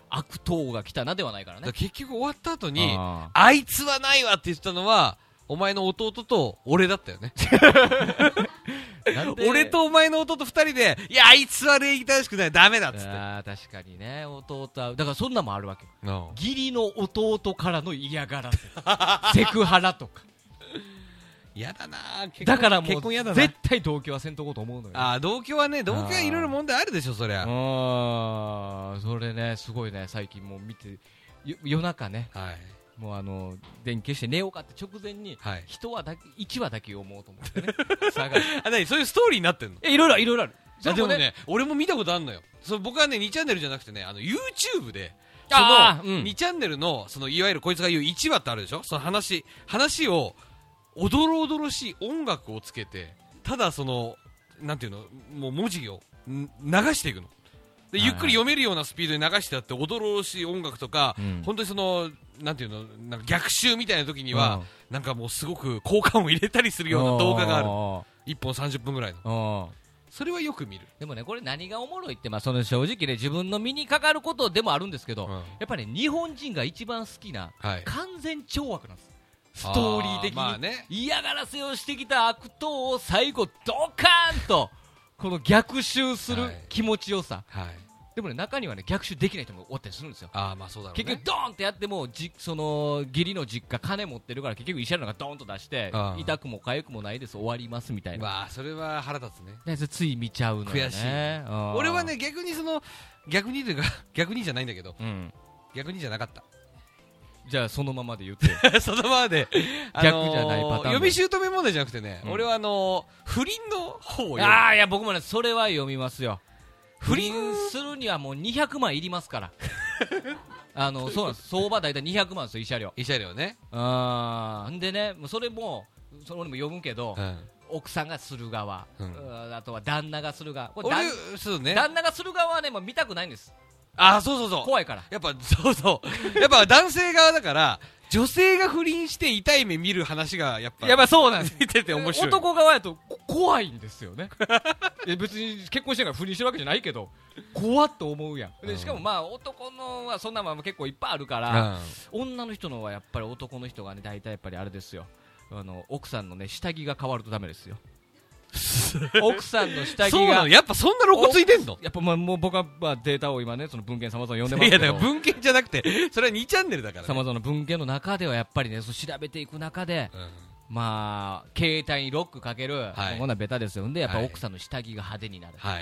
悪党が来たなではないからね。 だから結局終わった後に、 ああいつはないわって言ってたのは、お前の弟と俺だったよね。 なんで俺とお前の弟二人で、いや、あいつは礼儀正しくない、ダメだっつって。 あ確かにね、弟は、だからそんなもんあるわけ。 No. 義理の弟からの嫌がらせ。セクハラとか。 嫌だなぁ、結婚だからもう、 結婚嫌だな。 絶対同居はせんとこうと思うのよ。 ああ、同居はね、同居はいろいろ問題あるでしょ、そりゃ。 ああ、それね、すごいね、最近もう見て、夜中ね、 はい。 もうあの電気消して寝ようかって直前に、 はい、 人はだけいちわだけ読もうと思ってね探してあ、何そういうストーリーになってんの？ えいろいろあるいろいろある。 あでもね俺も見たことあるのよ。そ僕はねにチャンネルじゃなくてねあの YouTube でそあ、 の、うん、にチャンネルのそのいわゆるこいつが言ういちわってあるでしょ。その話話をおどろおどろしい音楽をつけてただそのなんていうのもう文字を流していくのでゆっくり読めるようなスピードで流してあっておどろおどろしい音楽とか、うん、本当にそのなんていうのなんか逆襲みたいな時には、うん、なんかもうすごく効果音を入れたりするような動画がある。いっぽんさんじゅっぷんぐらいのそれはよく見る。 でもねこれ何がおもろいって、まあ、その正直ね自分の身にかかることでもあるんですけど、うん、やっぱり、ね、日本人が一番好きな、はい、完全懲悪なんです。ストーリー的に、まあね、嫌がらせをしてきた悪党を最後ドカーンとこの逆襲する気持ちよさ、はいはい、でもね中にはね逆襲できない人もおったりするんですよ。 あ、まあそうだろうね、 結局ドーンってやってもじその義理の実家金持ってるから結局慰謝料がドーンと出して痛くも痒くもないです終わりますみたいな。 わあそれは腹立つね。 でつい見ちゃうのよね。 悔しい。俺はね逆にその逆にというか逆にじゃないんだけど、うん、逆にじゃなかった。 じゃあそのままで言ってそのままで、 あのー、逆じゃないパターン。 読み姑問題じゃなくてね、うん、俺はあのー、不倫の方を読む。 ああいや僕もねそれは読みますよ。不倫するにはもうにひゃくまんいりますからあのそうなんです。相場大体にひゃくまんですよ慰謝料。 慰謝料ね。 あんでねそれもそれも読むけど、うん、奥さんがする側、うん、あとは旦那がする側。これ俺そうね、 旦那がする側はねもう見たくないんです。 あ、そうそうそう怖いからやっぱそうそうやっぱ男性側だから女性が不倫して痛い目見る話がやっぱやっぱそうなんです。 見てて面白い。 男側やと怖いんですよね別に結婚してるから不倫してるわけじゃないけど怖っと思うやん。でしかもまあ男のはそんなもん結構いっぱいあるから、うん、女の人のはやっぱり男の人がね大体やっぱりあれですよ、あの奥さんのね下着が変わるとダメですよ奥さんの下着がそうなの。やっぱそんな露骨いてんの。 やっぱまあもう僕はまあデータを今ねその文献さまざま読んでますけど。 いやだから文献じゃなくてそれはにチャンネルだからね。 さまざまな文献の中ではやっぱりねそう調べていく中で、うん、まあ携帯にロックかける、はい、こんなベタですよ。んでやっぱ奥さんの下着が派手になる、はい、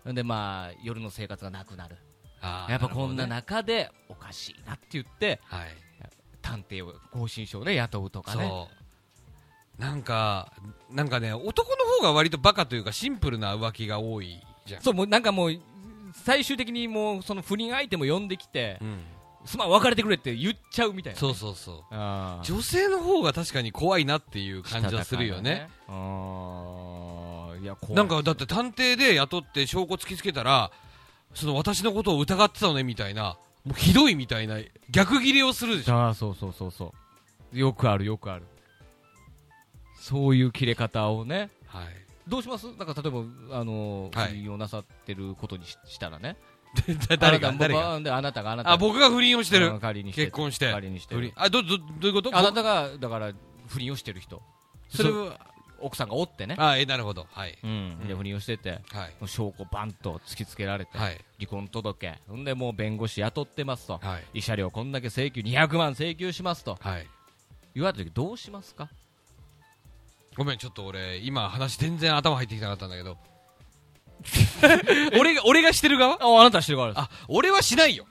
んでまあ夜の生活がなくなる。やっぱこんな中でおかしいなって言って、はい、探偵を更新書をね雇うとかね。そうなんか、なんかね、男の方が割とバカというかシンプルな浮気が多いじゃん。 そう、もうなんかもう、最終的にもう、その不倫相手も呼んできて、うん、すまん、別れてくれって言っちゃうみたいな、ね。 そうそうそう。女性の方が確かに怖いなっていう感じはするよね。ねあいや怖い。 なんかだって探偵で雇って証拠突きつけたら、その私のことを疑ってたのねみたいな、もうひどいみたいな逆ギレをするでしょ。 ああ、そうそうそうそう。よくあるよくある。そういう切れ方をね、はい、どうします？なんか例えばあのーはい、不倫をなさってることに し, したらね誰が誰がであなたがあなたがあ僕が不倫をしてる仮にして結婚して仮にしてるあどどどういうこと？ あなたがだから不倫をしてる人それは奥さんがおってねあえなるほどはい、 うん、で不倫をしてて、はい、証拠バンと突きつけられて、はい、離婚届ほんでもう弁護士雇ってますと、はい、慰謝料こんだけ請求にひゃくまん請求しますと、はい、言われた時どうしますか？ ごめんちょっと俺今話全然頭入ってきなかったんだけど俺が俺がしてる側？ ああなたしてる側です。 あ俺はしないよ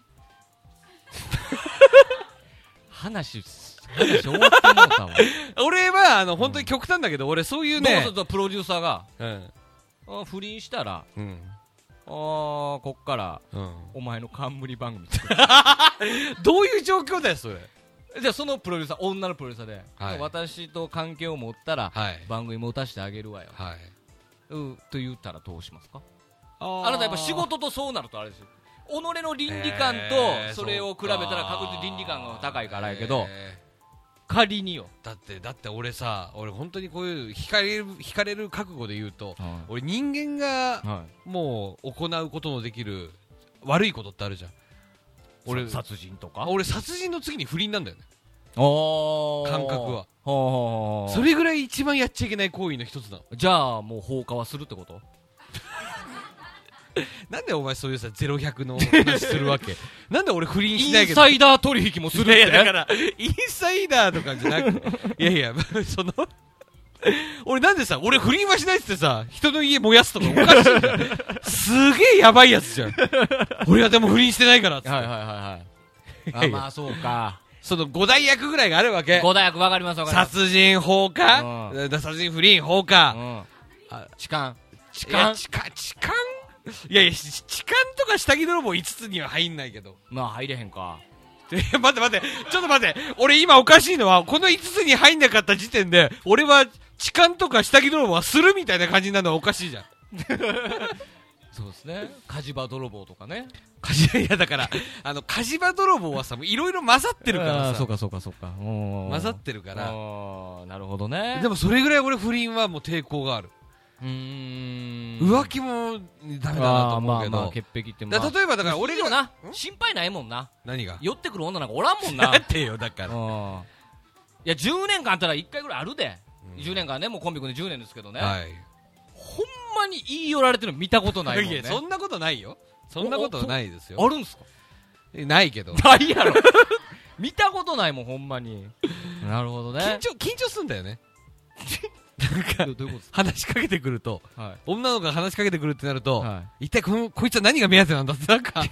話話終わってもうたわ俺はあの本当に極端だけど、うん、俺そういうねどうぞプロデューサーが、うん、あ不倫したら、うん、あこっから、うん、お前の冠番組作るどういう状況だよそれ。 じゃあそのプロデューサー女のプロデューサーで、はい、私と関係を持ったら、はい、番組持たせてあげるわよ、はい、うと言ったらどうしますか？ あ, あなたやっぱ仕事とそうなるとあれですよ己の倫理観とそれを比べたら確実に倫理観が高いからやけど仮によだってだって俺さ俺本当にこういう惹かれる惹かれる覚悟で言うと、はい、俺人間がもう行うことのできる悪いことってあるじゃん。 俺殺人とか俺殺人の次に不倫なんだよね、 お感覚は。 はそれぐらい一番やっちゃいけない行為の一つなの。 じゃあもう放火はするってこと？ なんでお前そういうさゼロひゃくの話するわけなんで俺不倫しないけどインサイダー取引もするって。 いやだからインサイダーとかじゃなくていやいやその俺なんでさ、俺不倫はしないっつってさ、人の家燃やすとかおかしいじゃんすげえやばいやつじゃん俺はでも不倫してないからっつって、 はいはいはいはいあ、まあそうか、 その五大役ぐらいがあるわけ。 五大役わかりますわかります。 殺人放火、うん、殺人不倫放火、 うん、 あ痴漢痴漢痴漢痴漢いやいや痴漢とか下着泥棒いつつには入んないけど、 まあ入れへんか。 待って待ってちょっと待って、俺今おかしいのはこのいつつに入んなかった時点で俺は痴漢とか下着泥棒はするみたいな感じなのはおかしいじゃんそうですね、火事場泥棒とかね。 火事いやだからあの火事場泥棒はさいろいろ混ざってるからさ、 そうかそうかそうか、 混ざってるから、 なるほどね。 でもそれぐらい俺不倫はもう抵抗がある。 うーん、 浮気もダメだなと思うけど、 まあまあ潔癖って、まあ、 だ例えばだから俺がな心配ないもんな。 何が寄ってくる女なんかおらんもんなだってよだから、 いやじゅうねんかんあったらいっかいぐらいあるで、うん、じゅうねんかんね、もうコンビ組んでじゅうねんですけどね、はい、ほんまに言い寄られてるの見たことないもんね。 いやそんなことないよ、そんなことないですよ。 あるんすか？ ないけどないやろ見たことないもんほんまになるほどね。 緊張緊張すんだよねなんかどういうことですか？話しかけてくると、はい、女の子が話しかけてくるってなると、はい、一体このこいつは何が目当てなんだってなんか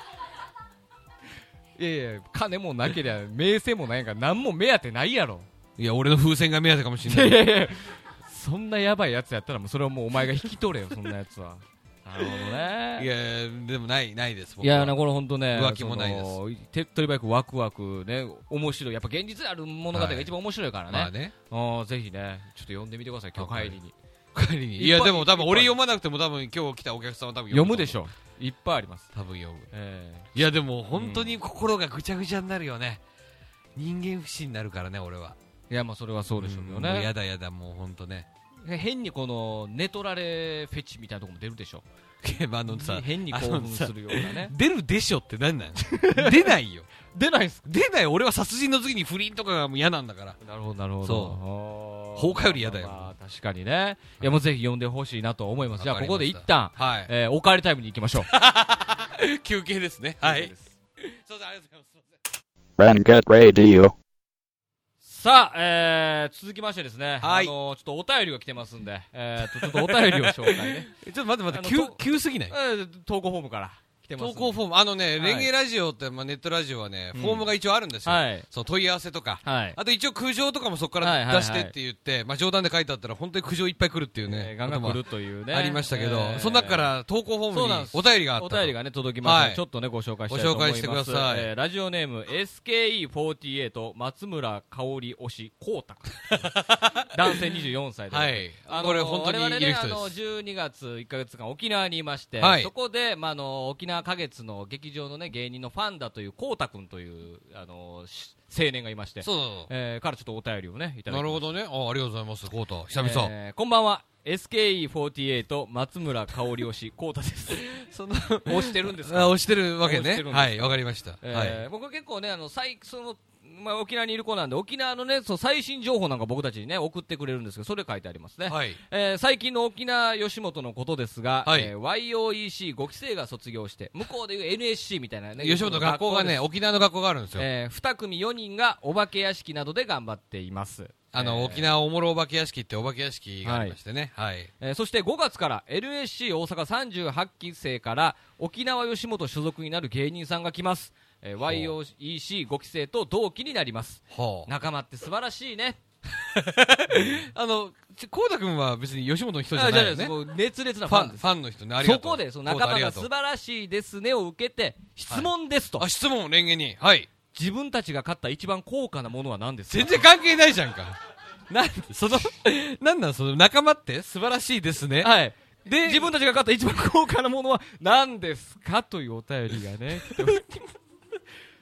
いやいや金もなけりゃ名声もないんから何も目当てないやろ。 いや俺の風船が目当てかもしれない。いやいやいやそんなやばいやつやったらもうそれはもうお前が引き取れよそんなやつはなるほどね。 いやでもないないです僕は。いやなこれ本当ね浮気もないです。 手っ取り早くワクワクね面白い、やっぱ現実ある物語が一番面白いからね。はい、まあね、あぜひねちょっと読んでみてください今日帰りに。 帰りにいやでも多分俺読まなくても多分今日来たお客さんは多分読むでしょ。いっぱいあります多分読む、えー、いやでも本当に心がぐちゃぐちゃになるよね、うん、人間不信になるからね俺は。 いやまあそれはそうでしょうけどね、うん、 やだやだもう本当ね変にこの寝取られフェチみたいなとこも出るでしょあのさ変に興奮するようなね出るでしょって何なの出ないよ出ないんすか？ 出ない。俺は殺人の次に不倫とかがもう嫌なんだから。 なるほどなるほど。 そう放火より嫌だよ、 まあ、確かにね。いやもうぜひ読んでほしいなと思います。じゃあここで一旦、はいえー、おかわりタイムに行きましょう休憩ですね。はい。そうですありがとうございます。Ranget Radio。 さあ、えー、続きましてですね、 はい、 あのー、ちょっとお便りが来てますんで、えーと、ちょっとお便りを紹介ね。 ちょっと待って待って、急、急すぎない？ えー、投稿フォームから来てます。 投稿フォーム、あのね、はい、レンゲラジオって、まあ、ネットラジオはね、フォームが一応あるんですよ。はい、その問い合わせとか、はい、あと一応苦情とかもそこから出してって言って、はいはいはい、まあ冗談で書いてあったら本当に苦情いっぱい来るっていうね、 えー、ガンガン来るというね。 ありましたけど、えー、その中から投稿フォームにお便りがあった。 お便りがね、届きました、はい、ちょっとね、ご紹介したいと思います。 ご紹介してください。 えー、ラジオネーム、エスケーイーフォーティーエイト、松村香織推し、こうたくん。男性にじゅうよんさいで。 はい。あのこれ本当にいる人です。我々ね、 あの、じゅうにがついっかげつかん沖縄にいまして、はい、そこで、まあ、あの、沖縄花月の劇場のね、芸人のファンだという、こうたくんという、あの、青年がいまして、 そうそうそう、 えー、からちょっとお便りをね、いただきました。 なるほどね。あ、ありがとうございます、こうた。久々。 えー、こんばんは。エスケーイーフォーティーエイト 松村香織推しこうたです。その推してるんですか？ あ、推してるわけね。はい、わかりました。 えーはい、 僕結構ねあの最そのまあ沖縄にいる子なんで沖縄のねそう最新情報なんか僕たちにね送ってくれるんですけどそれ書いてありますね。はい、えー、最近の沖縄吉本のことですが、はい、えー、ワイオーイーシーごきせいが卒業して向こうでいう エヌエスシー みたいなね吉本学校がね沖縄の学校があるんですよ。 えー、に組よにんがお化け屋敷などで頑張っています。 あの、えー、沖縄おもろお化け屋敷ってお化け屋敷がありましてね、はいはい、 えー、そしてごがつから エヌエスシー 大阪さんじゅうはちきせいから沖縄吉本所属になる芸人さんが来ます、えー、ワイオーイーシーごきせいと同期になります。仲間って素晴らしいねあのこうたくんは別に吉本の人じゃないよね。 熱烈なファンです。 ファンの人ね。ありがとう。 そこでその仲間が素晴らしいですねを受けて質問ですと、 はい、あ質問レンゲに、はい、 自分たちが買った一番高価なものは何ですか？ 全然関係ないじゃんかなんそのなんなんその仲間って素晴らしいですね。 はい。で自分たちが買った一番高価なものは何ですかというお便りがね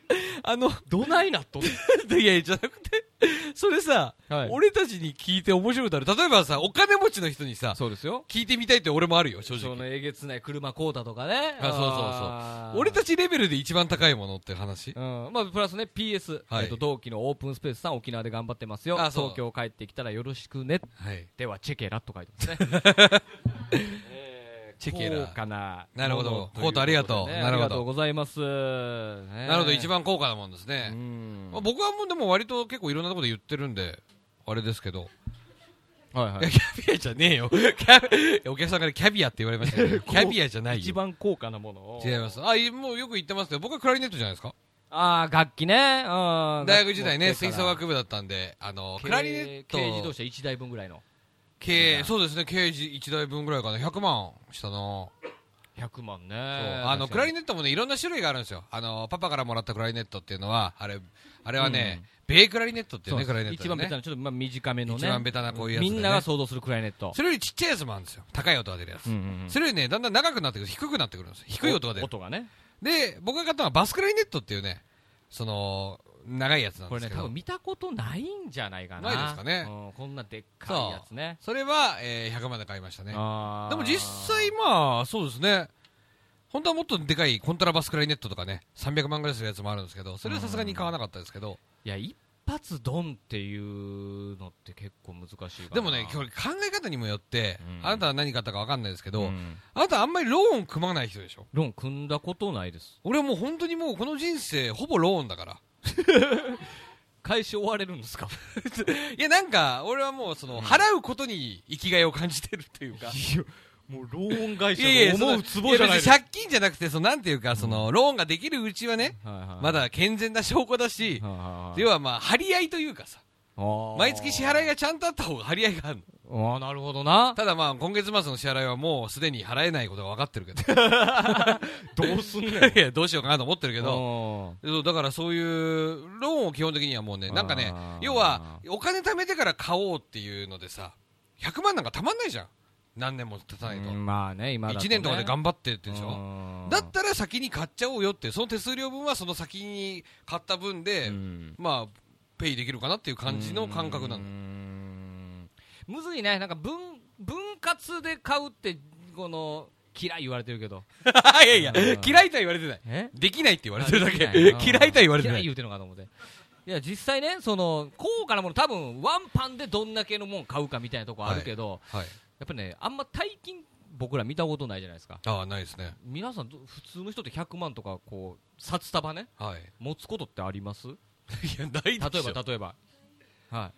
あの、 どないなっとんいやいや、じゃなくて、それさ、 はい俺たちに聞いて面白いだろ。例えばさ、お金持ちの人にさ、 そうですよ。 聞いてみたいって俺もあるよ、正直。 そのえげつない車買うたとかね。 あそうそうそうあー俺たちレベルで一番高いものって話。 うん。まあ、プラスね、ピーエス、 はいえっと、同期のオープンスペースさん、沖縄で頑張ってますよ。 あそう東京帰ってきたらよろしくね。 はい。 では、チェケラと書いてますね。 チェケラ高価な。 なるほどものということでねコートありがとうなるほどありがとうございます。 ななるほど、一番高価なもんですうね。 ん。 まあ、僕はもうでも割と結構いろんなところで言ってるんで、あれですけど。 はいはいや、キャビアじゃねえよ。キャお客さんからキャビアって言われましたけど、キャビアじゃない一よ。 番高価なものを。 違います。あ、いもうよく言ってますけど、僕はクラリネットじゃないですか。 ああ、楽器ね。うん。 大学時代ね、 楽器持ってから吹奏楽部だったんで、あの、クラリネット。 軽自動車いちだいぶんぐらいの。 軽、そうですね、軽いちだいぶんぐらいかな。ひゃくまんしたな。 ひゃくまんね。 そうあのクラリネットもねいろんな種類があるんですよ。あのパパからもらったクラリネットっていうのはあれあれはね、ベイクラリネットっていうねクラリネットでね一番ベタな、ちょっとまあ短めのね。 一番ベタなこういうやつでねみんなが想像するクラリネット。 それよりちっちゃいやつもあるんですよ。高い音が出るやつ、 うんうんうんそれよりねだんだん長くなってくる低くなってくるんですよ。低い音が出る。 音がね。 で僕が買ったのはバスクラリネットっていうねその長いやつなんこれね、 ですけど、 多分見たことないんじゃないかな。 ないですかねうん、こんなでっかいやつね。 それは、えーひゃくまんで買いましたね。 あーでも実際まあそうですね本当はもっとでかいコントラバスクラリネットとかねさんびゃくまんぐらいするやつもあるんですけど、それはさすがに買わなかったですけど、 いや、一発ドンっていうのって結構難しいかな。 でもね、これ考え方にもよって、 うんあなたは何買ったか分かんないですけど、 うんあなたあんまりローン組まない人でしょ。 ローン組んだことないです。 俺はもう本当にもうこの人生ほぼローンだから。 返し終われるんですか？ いやなんか俺はもうその、 うん払うことに生きがいを感じてるっていうか。 いや、もうローン会社いやいやの思うツボじゃないですや別に借金じゃなくてそのなんていうかその、ローンができるうちはね、 はいはいまだ健全な証拠だし、 はいはいはい要はまあ張り合いというかさ、 あー毎月支払いがちゃんとあった方が張り合いがあるの。 あーなるほどな。 ただまあ今月末の支払いはもうすでに払えないことが分かってるけどどうすんねん。 いやどうしようかなと思ってるけど、 ど、 そうだからそういうローンを基本的にはもうねなんかねあー要はお金貯めてから買おうっていうのでさひゃくまんなんかたまんないじゃん何年も経たないと、 うんまあね、今だとねいちねんとかで頑張ってってでしょ。 うんだったら先に買っちゃおうよってその手数料分はその先に買った分で、 うんまあペイできるかなっていう感じの感覚なの。 うんむずいね。なんか分分割で買うってこの嫌い言われてるけど。 いやいやうん嫌いとは言われてない、 えできないって言われてるだけできない嫌いとは言われてない。 嫌い言うてるのかと思って。いや実際ね、その高価なもの多分ワンパンでどんだけのもん買うかみたいなとこあるけど、 はいやっぱねあんま大金僕ら見たことないじゃないですか。 ああないですね。 皆さんど普通の人ってひゃくまんとかこう札束ねはい持つことってあります？ いやないでしょ。 例えば例えばはい。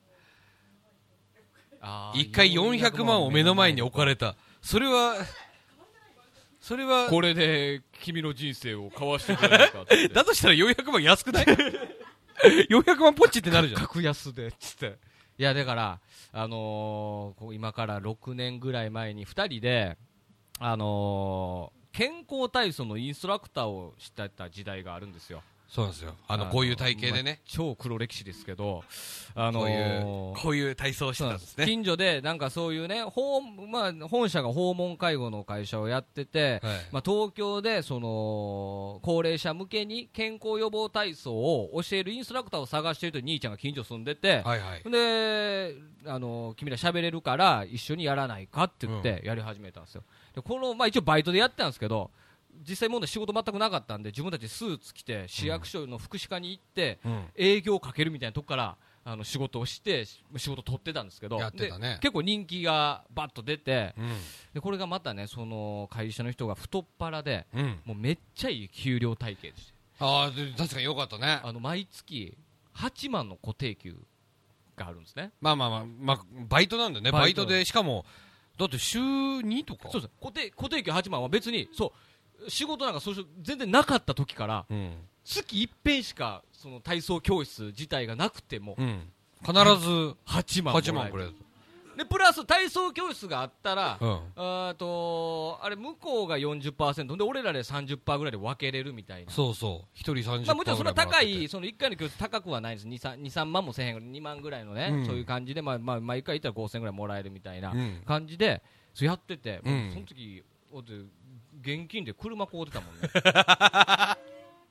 あー一回よんひゃくまんを目の前に置かれた。それはそれはこれで君の人生を交わしてくれるかってだとしたらよんひゃくまん安くないよんひゃくまんポッチってなるじゃん。 格安でっつっていやだからあのーこう今からろくねんぐらい前にふたりであのー健康体操のインストラクターをしてた時代があるんですよ。 そうなんですよ。あのこういう体型でね、 まあ超黒歴史ですけどあのこういうーこういう体操をしてたんですね。 近所でなんかそういうね訪、まあ、本社が訪問介護の会社をやってて、 はいまあ、東京でその高齢者向けに健康予防体操を教えるインストラクターを探しているという兄ちゃんが近所住んでて、 はいはい。 であの君ら喋れるから一緒にやらないかって言ってやり始めたんですよ。でこの、まあ、一応バイトでやってたんですけど実際問題仕事全くなかったんで自分たちスーツ着て市役所の福祉課に行って、 うん営業をかけるみたいなとこからあの仕事をして仕事取ってたんですけどやってたねで結構人気がバッと出てうんでこれがまたねその会社の人が太っ腹でうん。 もうめっちゃいい給料体系でしてああで確かに良かったね。 あの毎月はちまんの固定給があるんですね。 まあまあまあまあバイトなんだよね。バイバイトトでしかもだって週にとか。 そうです固定固定給はちまんは別にそう仕事なんかそうし全然なかった時からうん月一遍しかその体操教室自体がなくてもうん。必ずはちまんもらえるはちまんくれる。 でプラス体操教室があったら、 うん。 あーとあれ向こうが よんじゅっパーセント で俺らで さんじゅっパーセント ぐらいで分けれるみたいな。 そうそう。一人さんじゅっまあ、もちろんそんな高いいそのいっかいの教室高くはないんです。に、さん、にさんまんもせんへんぐらいにまんぐらいのね、 うんそういう感じでまあまあ毎回行ったらごせんぐらいもらえるみたいなうん感じでそうやってて、 うんもうその時だって現金で車買うてたもんね。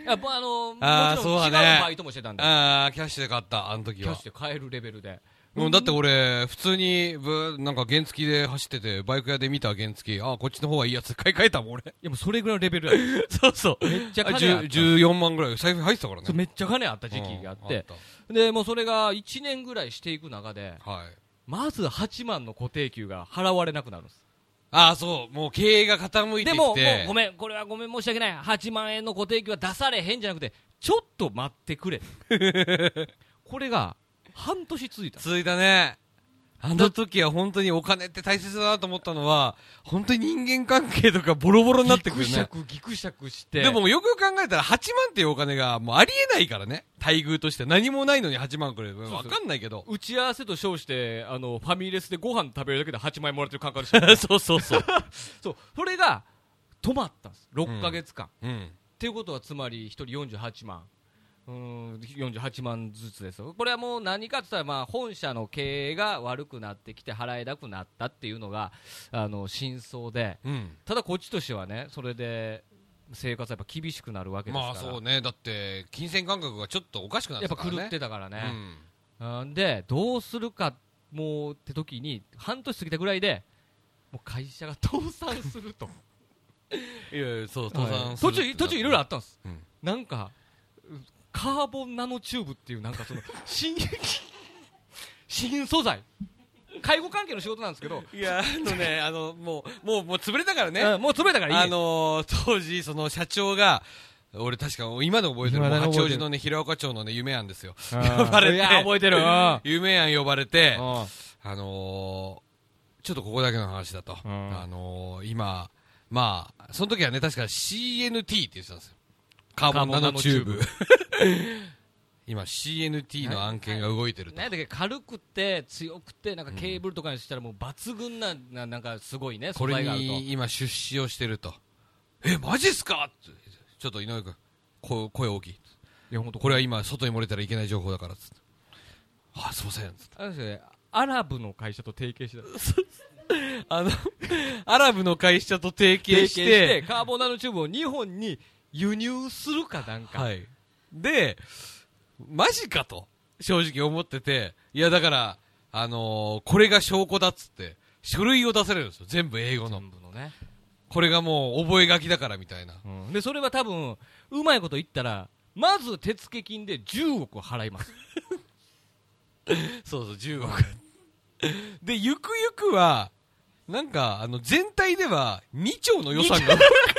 やっぱあのあーもちろん違うそうだねバイトもしてたんで、 ああキャッシュで買ったあの時はキャッシュで買えるレベルで。 もうだって俺普通にぶなんか原付で走っててバイク屋で見た原付あーこっちの方がいいやつ買い替えたもん俺いやもうそれぐらいのレベルやそうそうめっちゃ金あった。 じゅうよんまんぐらい財布入ってたからねそうめっちゃ金あった時期があって、 うんでもうそれがいちねんぐらいしていく中で、 あったはいまずはちまんの固定給が払われなくなるんです。 ああそうもう経営が傾いてきてでももうごめんこれはごめん申し訳ない、はちまんえんの固定給は出されへんじゃなくてちょっと待ってくれこれが半年続いた。 続いたねあの時は本当にお金って大切だなと思ったのは本当に人間関係とかボロボロになってくるね。 ギクシャクギクシャクしてでもよくよく考えたらはちまんっていうお金がもうありえないからね待遇として何もないのにはちまんくれるわかんないけど打ち合わせと称してあのファミレスでご飯食べるだけではちまん円もらってる感覚でしたそうそうそうそうそれが止まったんですろっかげつかん、 うんっていうことはつまりひとりよんじゅうはちまんうーんよんじゅうはちまんずつですよ。これはもう何かって言ったら、まあ、本社の経営が悪くなってきて払えなくなったっていうのがあの真相で、 うんただこっちとしてはねそれで生活はやっぱ厳しくなるわけですから、 まあそうねだって金銭感覚がちょっとおかしくなっやったぱからね狂ってたからね、 うんうんでどうするかもうって時に半年過ぎたぐらいでもう会社が倒産するといやいやそう倒産する途中途中いろいろあったんです、 うんなんかカーボンナノチューブっていうなんかその新新素材介護関係の仕事なんですけど、 いやあのねあのもうもうもう潰れたからねうんもう潰れたからいい、 あのー、当時その社長が俺確か今でも覚えてる今でも覚えてるもう八王子のね平岡町のね夢庵ですよ呼ばれていや覚えてるうん夢庵呼ばれてうんあのー、ちょっとここだけの話だと、 うんあのー、今まあその時はね確か シーエヌティー って言ってたんですよカーボンナノチューブ今 シーエヌティー の案件が動いてると、 ね、だけど軽くて強くてなんかケーブルとかにしたらもう抜群な、ななんかすごいねこれ素材があると。 に今出資をしてるとえマジっすかってちょっと井上君こ声大きいいや本当これは今外に漏れたらいけない情報だからっつってあすいませんっつってあれですよねアラブの会社と提携してたあのアラブの会社と提携して提携してカーボンナノチューブを日本に輸入するかなんか、 はいでマジかと正直思ってていやだからあのー、これが証拠だっつって書類を出されるんですよ全部英語の全部のね、 これがもう覚書きだからみたいなうん、でそれは多分うまいこと言ったらまず手付金でじゅうおく払いますそうそうじゅうおくでゆくゆくはなんかあの全体ではにちょうの予算が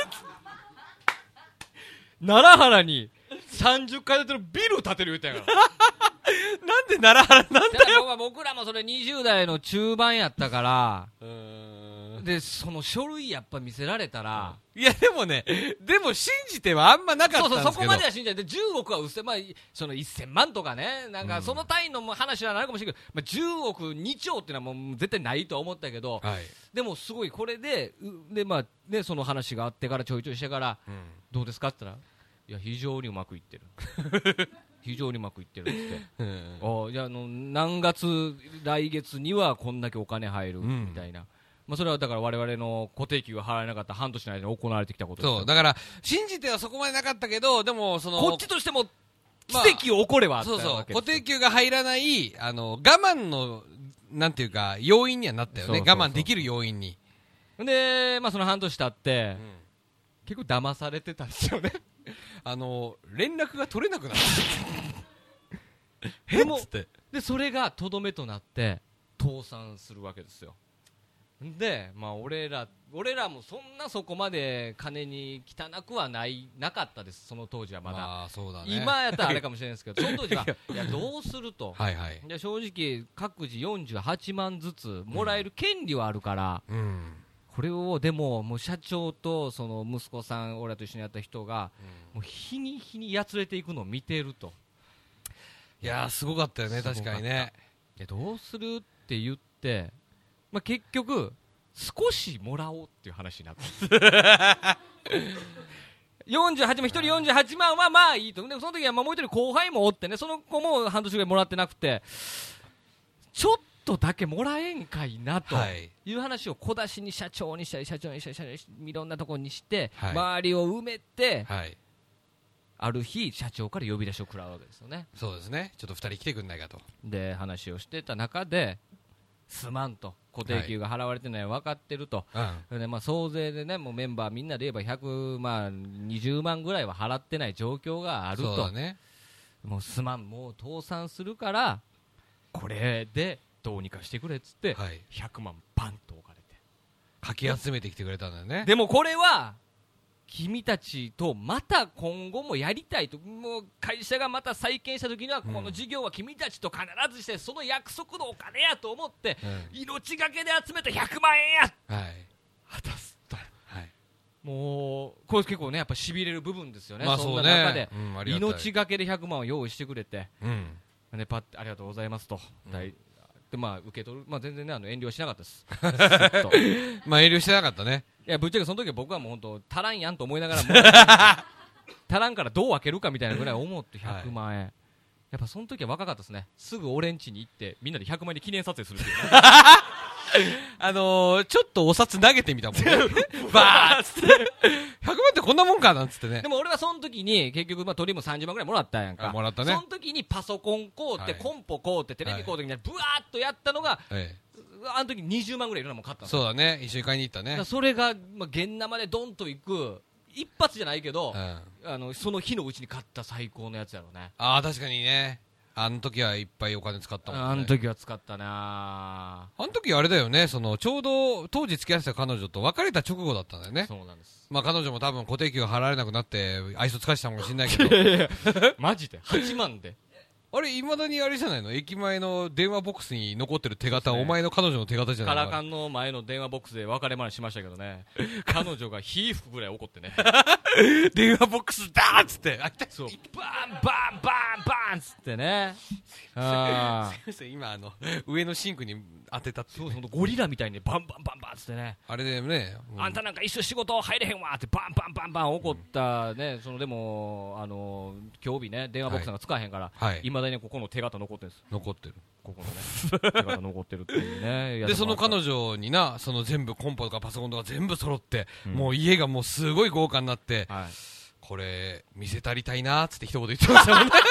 奈良原にさんじゅっかい建てのビル建てる言うたんやからなんで奈良原なんだだから僕らもそれにじゅう代の中盤やったからうーんでその書類やっぱ見せられたら、 いやでもねでも信じてはあんまなかったんですけどそうそうそこまでは信じないでじゅうおくはうっせ、まあ、そのせんまんとかねなんかその単位の話はなるかもしれないけど、まあ、じゅうおくにちょうっていうのはもう絶対ないとは思ったけど、 はい、 でもすごいこれでうで、まあね、その話があってからちょいちょいしてからうんどうですかって言ったらいや非常にうまくいってる非常にうまくいってるってうんおじゃあ、あの何月来月にはこんだけお金入るうんみたいな、まあ、それはだから我々の固定給が払えなかった半年の間に行われてきたことですよそうだから信じてはそこまでなかったけどでもそのこっちとしても奇まあ跡起こればあったそうそうわけですよ固定給が入らないあの我慢のなんていうか要因にはなったよねそうそうそう我慢できる要因に、 で、まあ、その半年経って、 うん結構騙されてたんですよねあの連絡が取れなくなったでもっつってでそれがとどめとなって倒産するわけですよで、まあ、俺ら俺らもそんなそこまで金に汚くはないなかったですその当時はまだ、 まあそうだね今やったらあれかもしれないですけどその当時はいやどうするとはいはいいや正直各自よんじゅうはちまんずつもらえる権利はあるから、 うんこれをでももう社長とその息子さん俺らと一緒にやった人がもう日に日にやつれていくのを見てるといやーすごかったよねすごかった確かにねいやどうするって言って、まあ、結局少しもらおうっていう話になったよんじゅうはちまんひとりよんじゅうはちまんはまあいいとでその時はまあもう一人後輩もおってねその子も半年ぐらいもらってなくてちょっとだけもらえんかいなとはいいう話を小出しに社長にしたり社長にしたり社長にしたりいろんなところにして、 はい周りを埋めてはいある日社長から呼び出しを食らうわけですよね。 そうですね。ちょっとふたり来てくんないかと。 で話をしてた中ですまんと固定給が払われてない分かってると、 うん、 でまあ、総勢でねもうメンバーみんなで言えばひゃくまあにじゅうまんぐらいは払ってない状況があると。 そうだね。 もうすまん、もう倒産するからこれでどうにかしてくれっつって、 はい、 ひゃくまんバンと置かれてかき集めてきてくれたんだよね。 でもこれは君たちとまた今後もやりたいと、もう会社がまた再建した時にはこの事業は君たちと必ずしてその約束のお金やと思って、うん、命がけで集めたひゃくまんえんや、はい、果たすと、はい、もうこれ結構ねやっぱしびれる部分ですよね。 まあ、 そんな中で、うん、命がけでひゃくまんを用意してくれて、うんね、パッてありがとうございますと、うん、でまあ、受け取る、まあ、全然、ね、あの遠慮はしなかったですまあ遠慮してなかったね。 いやぶっちゃけその時は僕はもう本当足らんやんと思いながらも足らんからどう分けるかみたいなぐらい思ってひゃくまんえん、はい、やっぱその時は若かったですね。すぐ俺ん家に行ってみんなでひゃくまん円で記念撮影するっていう、ね、 あのー、ちょっとお札投げてみたもんねバーッつってひゃくまんってこんなもんかなんつってね。 でも俺はその時に結局まあ鳥もさんじゅうまんぐらいもらったやんか。 もらったね。 その時にパソコン買うて、はい、コンポ買うてテレビ買うてみたいなブワーッとやったのが、はい、あの時にじゅうまんぐらいいろんなもん買ったんですよ。 そうだね、一緒に買いに行ったね。 それが、まあ、現生でドンといく一発じゃないけど、うん、あのその日のうちに買った最高のやつやろうね。 ああ確かにね。あの時はいっぱいお金使ったもんね。 あの時は使ったな。 あの時あれだよね、そのちょうど当時付き合ってた彼女と別れた直後だったんだよね。 そうなんです。 まあ彼女も多分固定給が払われなくなって愛想つかしたかもしれないけどいやいやマジではちまんであれいまだにあれじゃないの、駅前の電話ボックスに残ってる手形、ね、お前の彼女の手形じゃないの。 カラカンの前の電話ボックスで別れ話しましたけどね彼女が火吹くぐらい怒ってね電話ボックスダーッつってそうバンバンバンバンっつってねあすいません今あの上のシンクに当てたって、ね、 そうそうゴリラみたいにバンバンバンバンっつってねあれでね、 うん、あんたなんか一緒仕事入れへんわってバンバンバンバン怒ったね、うん、そのでもあの今日日ね電話ボックスが使えへんから、はい、未だにここの手形残ってるんです。 残ってるここのね手形残ってるっていうねでその彼女になその全部コンポとかパソコンとか全部揃って、うん、もう家がもうすごい豪華になって、はい、これ見せたりたいなーっつって一言言ってましたもんね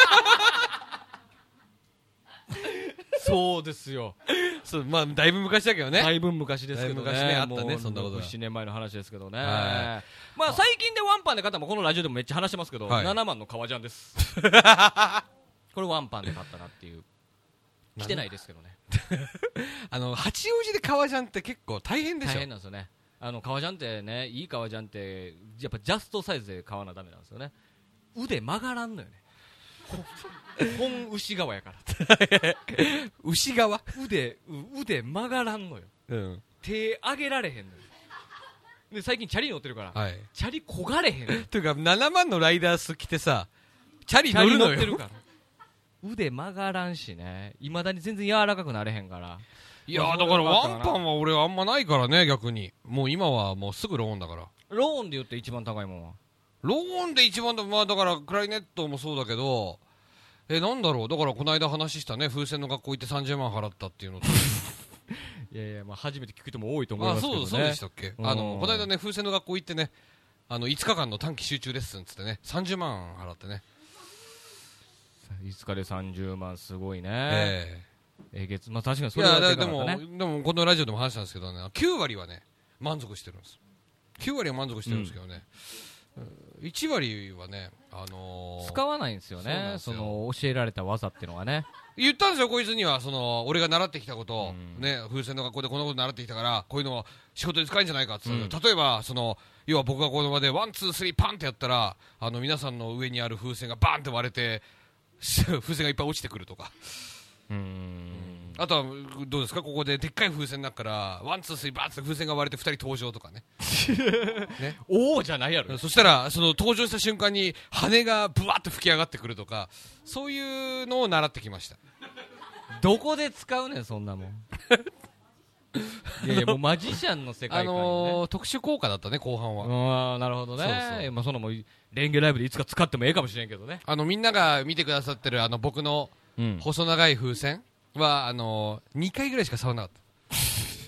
そうですよそうまあだいぶ昔だけどね。 だいぶ昔ですけどね。 昔ねあったねそんなことが。 ななねんまえの話ですけどね。まあ最近でワンパンで買ったもこのラジオでもめっちゃ話してますけど、はい、ななまんの革ジャンですこれワンパンで買ったなっていう。着てないですけどねあの八王子で革ジャンって結構大変でしょ。 大変なんですよね。あの革ジャンってねいい革ジャンってやっぱジャストサイズで買わなダメなんですよね。腕曲がらんのよね本牛側やから牛側腕腕曲がらんのよ、うん、手上げられへんのよ。で最近チャリ乗ってるから、はい、チャリ焦がれへんのというかななまんのライダース着てさチャリ乗るのよ。 チャリ乗ってるから腕曲がらんしね、いまだに全然柔らかくなれへんから。 いやーだからワンパンは俺はあんまないからね。逆にもう今はもうすぐローンだから。 ローンで言って一番高いもんはローンで一番だ、まあだからクラリネットもそうだけどえなんだろう、だからこの間話したね風船の学校行ってさんじゅうまん払ったっていうのといやいやまあ初めて聞く人も多いと思いますけどね。 あそうそうでしたっけ。あのこの間ね風船の学校行ってねあのいつかかんの短期集中レッスンっつってねさんじゅうまん払ってねいつかでさんじゅうまんすごいね。えー、えげつまあ確かにそれはでかかったね。でもでもこのラジオでも話したんですけどねきゅうわりはね満足してるんです。きゅうわりは満足してるんですけどね、うん、いちわりはね、あのー、 使わないんですよね。その教えられた技っていうのがね言ったんですよこいつには。その俺が習ってきたことを、うん、ね風船の学校でこんなこと習ってきたからこういうのを仕事で使えるんじゃないかって言った、うん、例えばその要は僕がこの場でワンツースリーパンってやったらあの皆さんの上にある風船がバーンって割れて風船がいっぱい落ちてくるとか。うーんあとはどうですかここででっかい風船の中からワンツースリーバーッて風船が割れてふたり登場とか ね, ねおおじゃないやろ。 そしたらその登場した瞬間に羽がブワッと吹き上がってくるとかそういうのを習ってきました。 どこで使うねんそんなもんいやいやもうマジシャンの世界観、ね、あのー、特殊効果だったね後半は。 ああなるほどね。そうそう、まあ、そのもレンゲライブでいつか使ってもええかもしれんけどね。 あのみんなが見てくださってるあの僕の細長い風船は、うん、あのー、にかいぐらいしか触らなかっ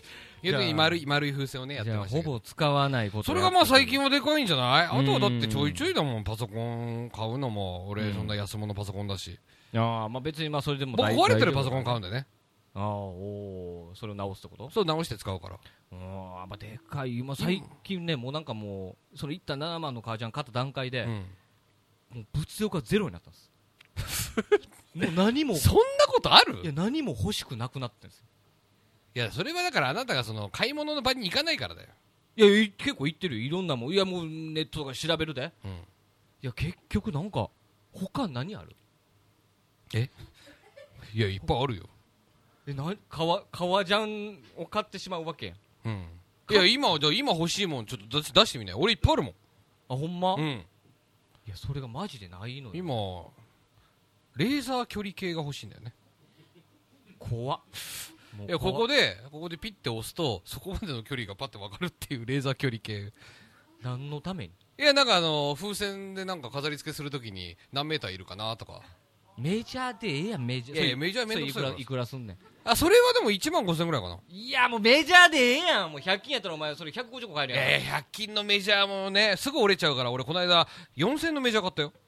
要するに丸い丸い風船をねやってじゃあましたけど、 ほぼ使わないことそれがまあ最近ははでかいんじゃない？あとはだってちょいちょいだもん、パソコン買うのも俺そんな安物パソコンだし、 ああまあ別にまあそれでも僕大壊れてるパソコン買ううんだよね。 ああおーそれを直すってこと？ そう直して使うから。 うんまあでかい今最近ねもうなんかもうそれいったななまんの革ジャン買った段階で、 うん、 もう物欲がゼロになったんですもう何もそんなことある？ いや何も欲しくなくなってんですよ。 いやそれはだからあなたがその買い物の場に行かないからだよ。 いやい結構行ってるよいろんなもんいやもうネットとか調べるで、 うん、 いや結局なんか他何ある？ えいやいっぱいあるよ。 えな革革ジャンを買ってしまうわけやん。 うん、いや今じゃあ今欲しいもんちょっと出し出してみない？俺いっぱいあるもん。 あほんま、 うん、 いやそれがマジでないのよ。 今レーザー距離計が欲しいんだよね。 怖っもういやこ怖っこでここでピッて押すとそこまでの距離がパッて分かるっていうレーザー距離計。 何のために？ いやなんかあの風船でなんか飾り付けするときに何メーターいるかなとか。 メジャーでええやんメジャー。 いやいやメジャーめんどくさいからそれいくらいくらすんねん。 あそれはでもいちまんごせんぐらいかな。 いやもうメジャーでええやん。もうひゃく均やったらお前それひゃくごじゅっこ買えるやん。 えー、ひゃく均のメジャーもねすぐ折れちゃうから俺この間よんせんのメジャー買ったよ。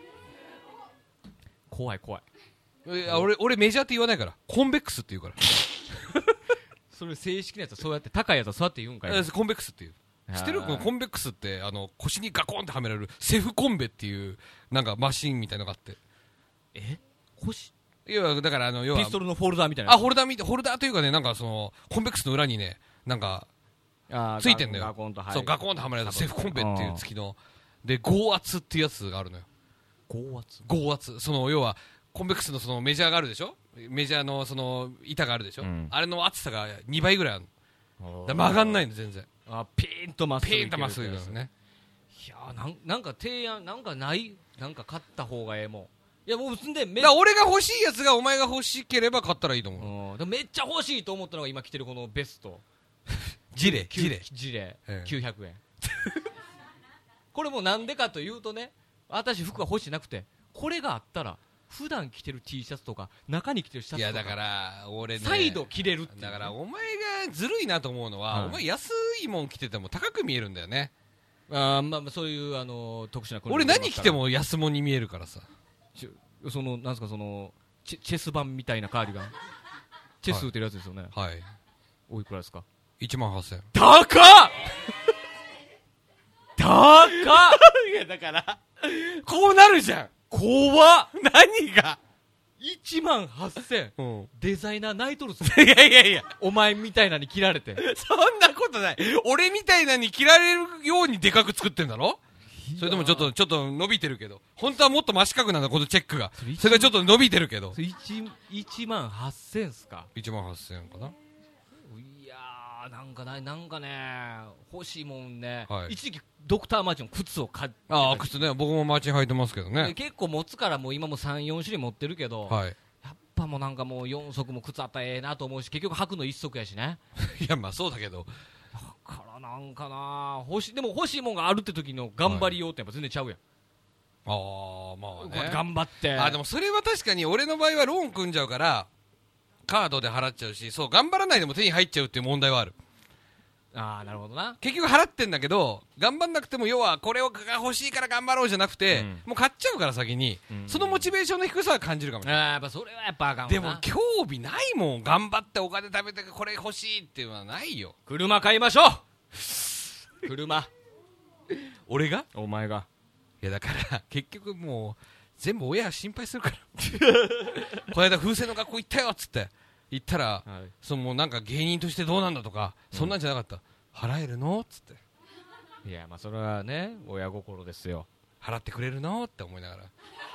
怖い怖い。 いや俺俺メジャーって言わないからコンベックスって言うからそれ正式なやつはそうやって高いやつはそうやって言うんかい。 えコンベックスっていう知ってる？このコンベックスってあの腰にガコンってはめられるセフコンベっていうなんかマシンみたいなのがあって。 え腰要はだからあの要はピストルのフォルダーみたいな。 あホルダーみたいホルダーというかねなんかそのコンベックスの裏にねなんかあついてんのよ。 ガコンと、はい、 そうガコンとはめられたセフコンベっていう付きので豪圧っていうやつがあるのよ。 高圧豪圧その要はコンベックスのそのメジャーがあるでしょ。メジャーのその板があるでしょ、うん、あれの厚さがにばいぐらいあるの。だ曲がんないの全然。 あピーンとまっすぐピーンとまっすぐですね。 いやなんなんか提案なんかないなんか買った方がええもん。いやもうすんでめだ俺が欲しいやつがお前が欲しければ買ったらいいと思う。 うん、めっちゃ欲しいと思ったのが今着てるこのベストジレジレジレ、 ええ、 きゅうひゃくえんこれもなんでかというとね私服が欲しくなくてこれがあったら普段着てる T シャツとか中に着てるシャツとかいやだから俺ね再度着れるっていう、ね、 だからお前がずるいなと思うのは、はい、お前安いもん着てても高く見えるんだよね。 あまあそういうあの特殊な俺何着ても安物に見えるからさ。 そのなんすかそのチ ェ, チェス盤みたいなカーディガンチェス売ってるやつですよね。 はい、はい、 おいくらですか？ いちまんはっせん。 高っ高っいやだからこうなるじゃん。 怖っ何がいちまんはっせん、うん、デザイナーナイトルスいやいやいやお前みたいなに着られてそんなことない。俺みたいなに着られるようにでかく作ってんだろ。それでもちょっとちょっと伸びてるけど本当はもっと真四角なんだこのチェックが。それがちょっと伸びてるけどいちまんはっせんっすか。 いちまんはっせんかな。 いやーなんかないなんかね欲しいもんね、はい、一時期ドクターマーチンの靴を買ってああ靴ね僕もマーチン履いてますけどね。 結構持つからもう今もさん、よん種類持ってるけど、はい、やっぱもうなんかもうよん足も靴あったらええなと思うし結局履くのいっ足やしねいやまあそうだけどだからなんかな欲しいでも欲しいもんがあるって時の頑張りようってやっぱ全然ちゃうやん、 はい、ああまあね頑張ってあでもそれは確かに俺の場合はローン組んじゃうからカードで払っちゃうしそう頑張らないでも手に入っちゃうっていう問題はある。 ああなるほどな。 結局払ってんだけど頑張んなくても要はこれをが欲しいから頑張ろうじゃなくて、うん、もう買っちゃうから先に、うん、そのモチベーションの低さは感じるかもしれない。 あやっぱそれはやっぱあかんわな。 でも興味ないもん。頑張ってお金貯めてこれ欲しいっていうのはないよ。 車買いましょう車俺がお前がいやだから結局もう全部親は心配するからこの間風船の学校行ったよっつって言ったら、はい、そのもうなんか芸人としてどうなんだとか、うん、そんなんじゃなかった。払えるのっつっていやまあそれはね親心ですよ。 払ってくれるのって思いながら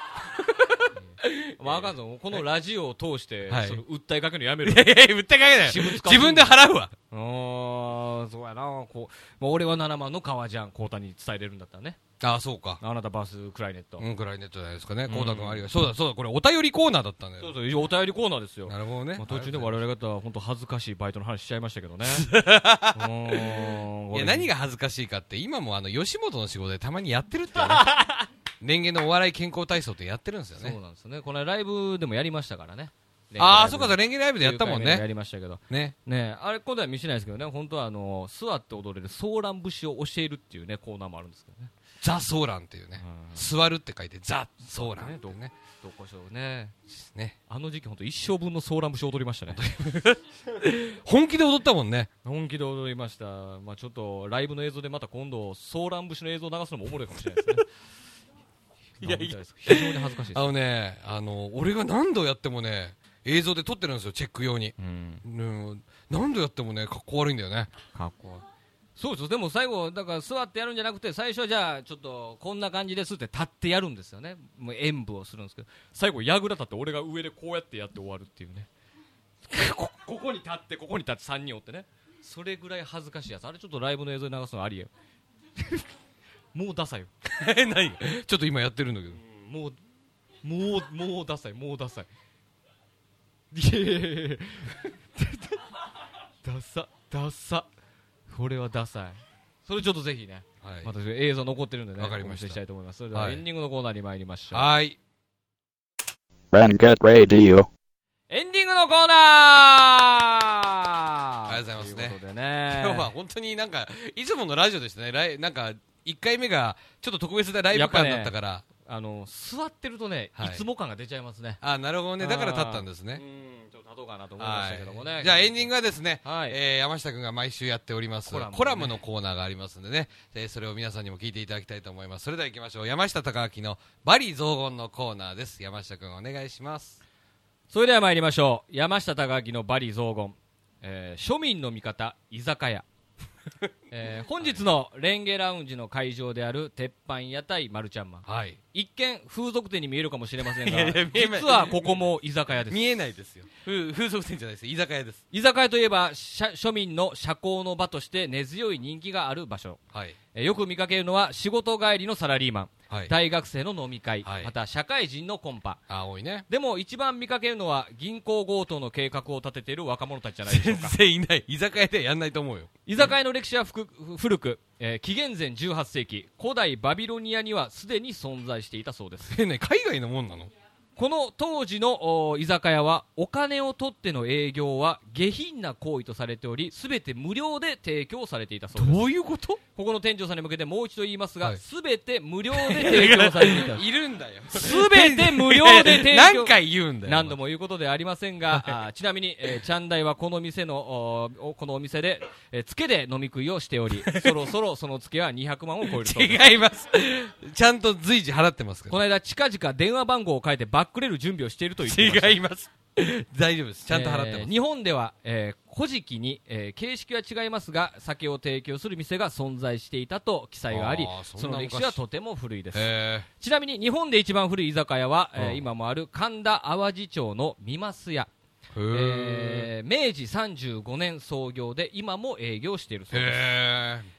まああかんぞこのラジオを通して、はい、その訴えかけるのやめる。 いやいや訴えかけない自分で払うわ。 あーそうやなこう、まあ、俺はななまんの革ジャンコウタに伝えれるんだったらね。 ああそうかあなたバスクライネットうんクライネットじゃないですかね。コウタ君ありがとう。そうだそうだこれお便りコーナーだったんだよ。 そうそうお便りコーナーですよ。 なるほどね、 まあ、途中で我々方は本当恥ずかしいバイトの話しちゃいましたけどねいや何が恥ずかしいかって今もあの吉本の仕事でたまにやってるってね年限のお笑い健康体操ってやってるんですよね。 そうなんですよね。このライブでもやりましたからね。 ああ、そっか、レンゲライブでやったもんね。 やりましたけど。 ね。 ね、あれ、今度は見せないですけどね、本当はあの、座って踊れるソーラン節を教えるっていうね、コーナーもあるんですけどね。 ザ・ソーランっていうね。座るって書いて、ザ・ソーラン。 ね、どこ、どこしょうね。 ね。 あの時期本当一生分のソーラン節踊りましたね。 本気で踊ったもんね。 本気で踊りました。まあちょっと、ライブの映像でまた今度、ソーラン節の映像を流すのもおもろいかもしれないですね。いやいや、非常に恥ずかしいです。 あのね、あの、俺が何度やってもね、映像で撮ってるんですよ、チェック用に。 うん。 うん、何度やってもね、かっこ悪いんだよね。 かっこ悪い。そうですよ。でも最後、だから座ってやるんじゃなくて、最初はじゃあ、ちょっと、こんな感じですって立ってやるんですよね。もう演舞をするんですけど、最後、やぐら立って俺が上でこうやってやって終わるっていうね。こ, ここに立って、ここに立ってさんにんおってね。それぐらい恥ずかしいやつ。あれちょっとライブの映像で流すのありえよ。もうダサいよ。 え、何ちょっと今やってるんだけど。 もう、もう、もうダサい、もうダサい。いやいやいやダサ、ダサ。これはダサい。それちょっとぜひね、はい、また映像残ってるんでね、 わかりました。 お見せしたいと思います。それではエンディングのコーナーに参りましょう。 はい。 Run Get Radio。 エンディングのコーナーありがとうございますね。 ということでね。 今日は本当になんか、いつものラジオでしたね。ライなんか、いっかいめがちょっと特別なライブ感だったから。 あの座ってるとね、はい、いつも感が出ちゃいますね。 あ、なるほどね。だから立ったんですね。 うん、ちょっと立とうかなと思いましたけどもね。はい、 じゃあエンディングはですね、 はい、 えー、山下くんが毎週やっておりますコラム、ね、コラムのコーナーがありますんでね、えー、それを皆さんにも聞いていただきたいと思います。それでは行きましょう。山下隆明のバリ雑言のコーナーです。山下くんお願いします。 それでは参りましょう。山下隆明のバリ雑言、えー、庶民の味方居酒屋。えー、本日のレンゲラウンジの会場である鉄板屋台マルちゃんマン、はい、一見風俗店に見えるかもしれませんが実はここも居酒屋です。 見えないですよ。風俗店じゃないです。居酒屋です。 居酒屋といえば庶民の社交の場として根強い人気がある場所、はい、えー、よく見かけるのは仕事帰りのサラリーマン、はい、大学生の飲み会、はい、また社会人のコンパ。 あ、多いね。 でも一番見かけるのは銀行強盗の計画を立てている若者たちじゃないでしょうか。 全然いない。居酒屋ではやんないと思うよ。 居酒屋の歴史は古く、えー、紀元前じゅうはっせいき古代バビロニアにはすでに存在していたそうです。 え、ね、海外のもんなの？ この当時の居酒屋はお金を取っての営業は下品な行為とされており、すべて無料で提供されていたそうです。 どういうこと？ ここの店長さんに向けてもう一度言いますが、すべ、はい、て無料で提供されていた。 いるんだよ。 すべて無料で提供。 何回言うんだよ。 何度も言うことではありませんが、あちなみに、えー、チャンダイはこの店のこのお店で、えー、ツケで飲み食いをしており、そろそろそのツケはにひゃくまんを超えるそうです。 違います。ちゃんと随時払ってますから。 この間近々電話番号を変えてバックレる準備をしていると言ってました。 違います。大丈夫です。ちゃんと払ってます。 えー、日本では、えー、古事記に、えー、形式は違いますが酒を提供する店が存在していたと記載があり、そ, その歴史はとても古いです。ちなみに日本で一番古い居酒屋は、えー、今もある神田淡路町の三増屋、えー、明治さんじゅうごねん創業で今も営業しているそうです。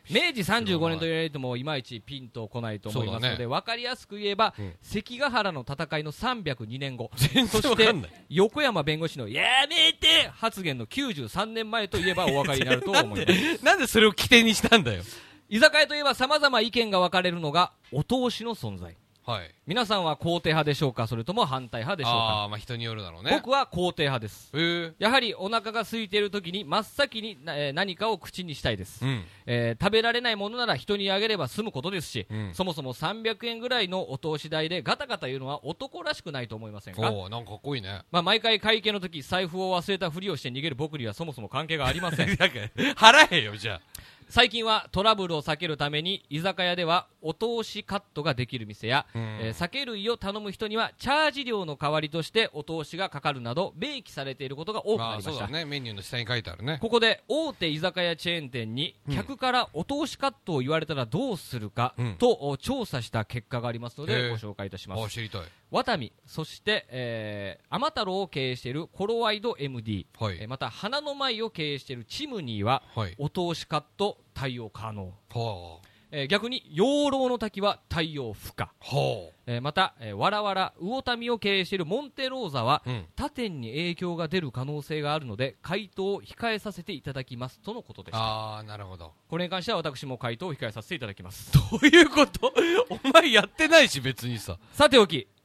明治さんじゅうごねんと言われてもいまいちピンとこないと思いますので、ね、分かりやすく言えば、うん、関ヶ原の戦いのさんびゃくにねんご、そして横山弁護士のやめて発言のきゅうじゅうさんねんまえといえばお分かりになると思います。 なんで、なんでそれを起点にしたんだよ。 居酒屋といえば様々意見が分かれるのがお通しの存在。はい、皆さんは肯定派でしょうか、それとも反対派でしょうか。 あ、まあ、人によるだろうね。 僕は肯定派です。やはりお腹が空いている時に真っ先に、えー、何かを口にしたいです、うん、えー、食べられないものなら人にあげれば済むことですし、うん、そもそもさんびゃくえんぐらいのお通し代でガタガタ言うのは男らしくないと思いませんか。 お、なんかかっこいいね。 まあ、毎回会計の時財布を忘れたふりをして逃げる僕にはそもそも関係がありません。 払えよじゃあ。 最近はトラブルを避けるために居酒屋ではお通しカットができる店や、えー、酒類を頼む人にはチャージ料の代わりとしてお通しがかかるなど明記されていることが多くなりました。 あ、そうだね、メニューの下に書いてあるね。 ここで大手居酒屋チェーン店に客からお通しカットを言われたらどうするかと調査した結果がありますのでご紹介いたします。 あ、知りたい。 ワタミ、そして、えー、甘太郎を経営しているコロワイド エムディー、はい、えー、また花の舞を経営しているチムニーは、はい、お通しカット対応可能、はあ、えー、逆に養老の滝は対応不可、はあ、えー、また、えー、わらわら魚民を経営しているモンテローザは、うん、他店に影響が出る可能性があるので回答を控えさせていただきますとのことでした。 あー、なるほど。 これに関しては私も回答を控えさせていただきます。 どういうこと？お前やってないし別にさ。 さておき、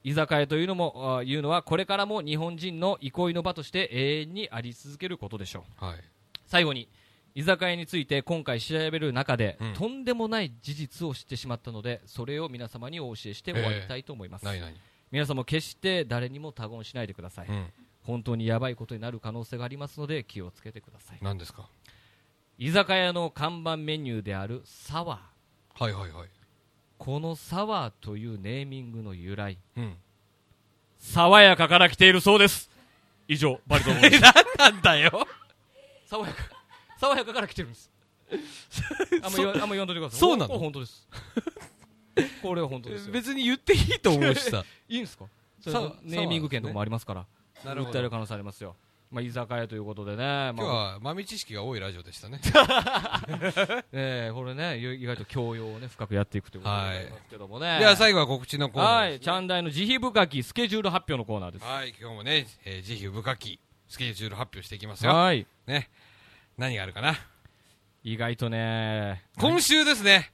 居酒屋というのもあいうのはこれからも日本人の憩いの場として永遠にあり続けることでしょう。 はい。 最後に居酒屋について今回調べる中で、 うん、 とんでもない事実を知ってしまったので、それを皆様にお教えして終わりたいと思います。 えー、何々 皆さんも決して誰にも他言しないでください、うん、本当にやばいことになる可能性がありますので気をつけてください。 何ですか？ 居酒屋の看板メニューであるサワー。 はいはいはい。 このサワーというネーミングの由来、 うん、 爽やかから来ているそうです。以上バリと思います。 何なんだよ。 爽やか爽やかから来てるんです。あんまあんま読んどいてください。 そうなの？ 本当です。これは本当ですよ。 別に言っていいと思うしさ。 いいんですか？ネーミング権とかもありますから。 なるほど。 訴える可能性ありますよ。まあ、居酒屋ということでね、 今日は豆知識が多いラジオでしたね。 えー、これね、意外と教養をね、深くやっていくということでございますけどもね。 では最後は告知のコーナーです、ね。 はい、チャンダイの慈悲深きスケジュール発表のコーナーです。 はい、今日もね、えー、慈悲深きスケジュール発表していきますよ。 はい。 ね、何があるかな。 意外とね、 今週ですね。 うん。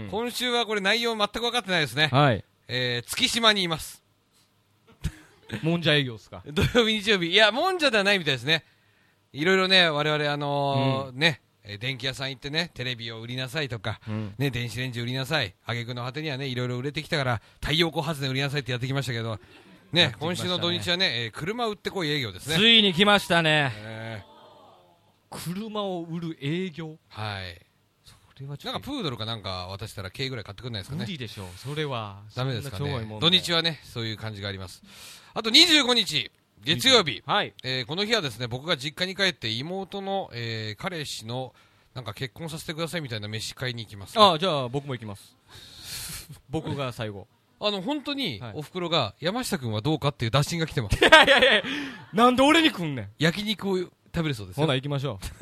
今週はこれ内容全く分かってないですね。 はい。 えー、月島にいます。 もんじゃ営業ですか？ 土曜日、日曜日。いや、もんじゃではないみたいですね。いろいろね、我々あのーうん、ね、電気屋さん行ってね、テレビを売りなさいとか、うん、ね、電子レンジ売りなさい。挙句の果てにはね、いろいろ売れてきたから、太陽光発電売りなさいってやってきましたけど、ね、ね今週の土日はね、えー、車売ってこい営業ですね。 ついに来ましたね。 えー、車を売る営業。 はい。 それはちょっとなんかプードルかなんか渡したら軽ぐらい買ってくんないですかね。 無理でしょう。それは。 ダメですかね。土日はね、そういう感じがあります。あとにじゅうごにち。月曜日、 はい、 えー、この日はですね、僕が実家に帰って妹の、えー、彼氏のなんか結婚させてくださいみたいな飯会に行きます、ね、 ああ、じゃあ僕も行きます。僕が最後。 あの本当にお袋が、はい、山下君はどうかっていう打診が来てます。 いやいやいや、なんで俺に来んねん。 焼肉を食べるそうですよ。 ほな行きましょう。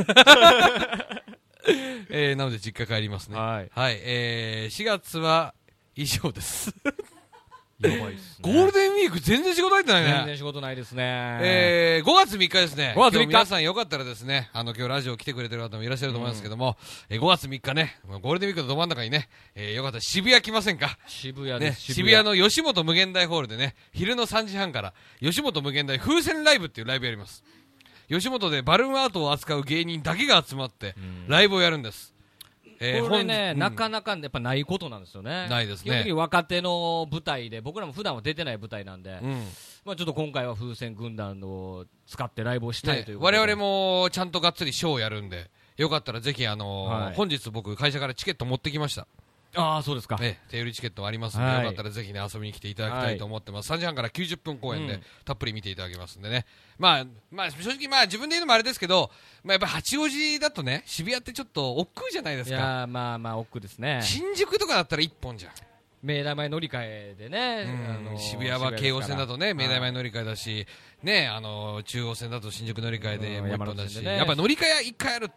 えー、なので実家帰りますね。 はい。 はい、えー、しがつは以上です。 やばいっすね。 ゴールデンウィーク全然仕事入ってないね。 全然仕事ないですね。 えー、ごがつみっかですね。 ごがつみっか。 皆さんよかったらですね、あの今日ラジオ来てくれてる方もいらっしゃると思いますけども、うん、えー、ごがつみっかね、ゴールデンウィークのど真ん中にね、えー、よかったら渋谷来ませんか？ 渋谷です、 ね、渋谷の吉本無限大ホールでね、昼のさんじはんから吉本無限大風船ライブっていうライブやります。吉本でバルーンアートを扱う芸人だけが集まってライブをやるんです。 えー、これね、うん、なかなかやっぱないことなんですよね。 ないですね。 基本的に若手の舞台で、僕らも普段は出てない舞台なんで、うん、まあちょっと今回は風船軍団を使ってライブをしたいということで、 ね、我々もちゃんとがっつりショーをやるんで、よかったらぜひ、あのーはい、本日僕会社からチケット持ってきました。 ああ、そうですか。 ええ、手売りチケットありますので、はい、よかったらぜひね、遊びに来ていただきたいと思ってます。はい、さんじはんからきゅうじゅっぷん公演で、うん、たっぷり見ていただけますんでね。まあ、まあ、正直まあ自分で言うのもあれですけど、まあやっぱ八王子だとね、渋谷ってちょっと億劫じゃないですか。 いやまあまあ億劫ですね。 新宿とかだったら一本じゃん。 明大前乗り換えでね、 あのー、渋谷は京王線だとね、明大前乗り換えだし、ね、あのー、中央線だと新宿乗り換えでもう一本だし、ね、やっぱ乗り換え一回あるって、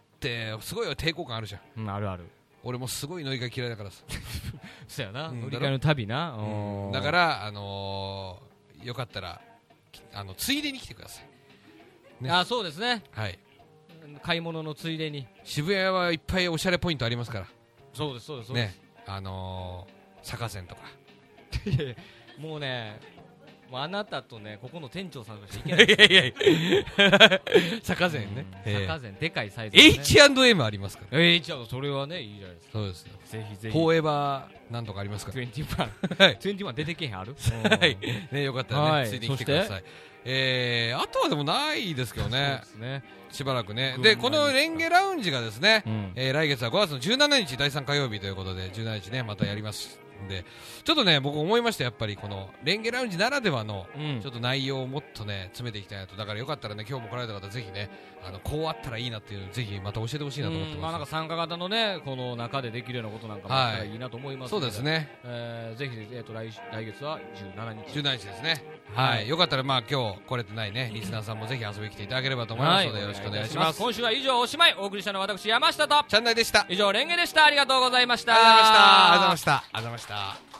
すごい抵抗感あるじゃん。 うん、あるある。 俺もすごい乗り換え嫌いだからさ。 そうやな、うん、乗り換えの旅な。 うん、だから、あのー、よかったら、あの、ついでに来てください。 ね、あ、そうですね。 はい。 買い物のついでに。 渋谷はいっぱいおしゃれポイントありますから。 そうです、そうです、そうです。ね、あのー、坂線とか。 いやいや、もうね、もうあなたとね、ここの店長さんがしかいけない。 いやいやいや坂膳ね。 坂膳、でかいサイズ、 ね。エイチアンドエム ありますから。 エイチアンド、それはね、いいじゃないですか。 そうです。 ぜひぜひ。 フォーエバーなんとかありますから。 にじゅういち。はい。にじゅういち出てけへんある？ はい。ね、よかったらね、ついてきてください。えー、あとはでもないですけどね。 そうですね。 しばらくね。で、このレンゲラウンジがですね、え来月はごがつのじゅうしちにちだいさん火曜日ということで、じゅうしちにちね、またやります。でちょっとね僕思いました。やっぱりこのレンゲラウンジならではのちょっと内容をもっとね詰めていきたいなと。だからよかったらね今日も来られた方ぜひねあのこうあったらいいなっていうのをぜひまた教えてほしいなと思ってます。 まあなんか参加型のねこの中でできるようなことなんかもあったらいいなと思いますので、 はい、そうですね、 えー、ぜひ、えー、と 来, 来月はじゅうしちにちじゅうしちにちですね。はい、はい、よかったらまあ今日来れてないねリスナーさんもぜひ遊びに来ていただければと思いますので、はい、よろしくお願いします。 今週は以上おしまい。お送りしたのは私山下とチャンナイでした。 以上レンゲでした。ありがとうございました。 ありがとうございました。ありがとうございました。ありがとうございました。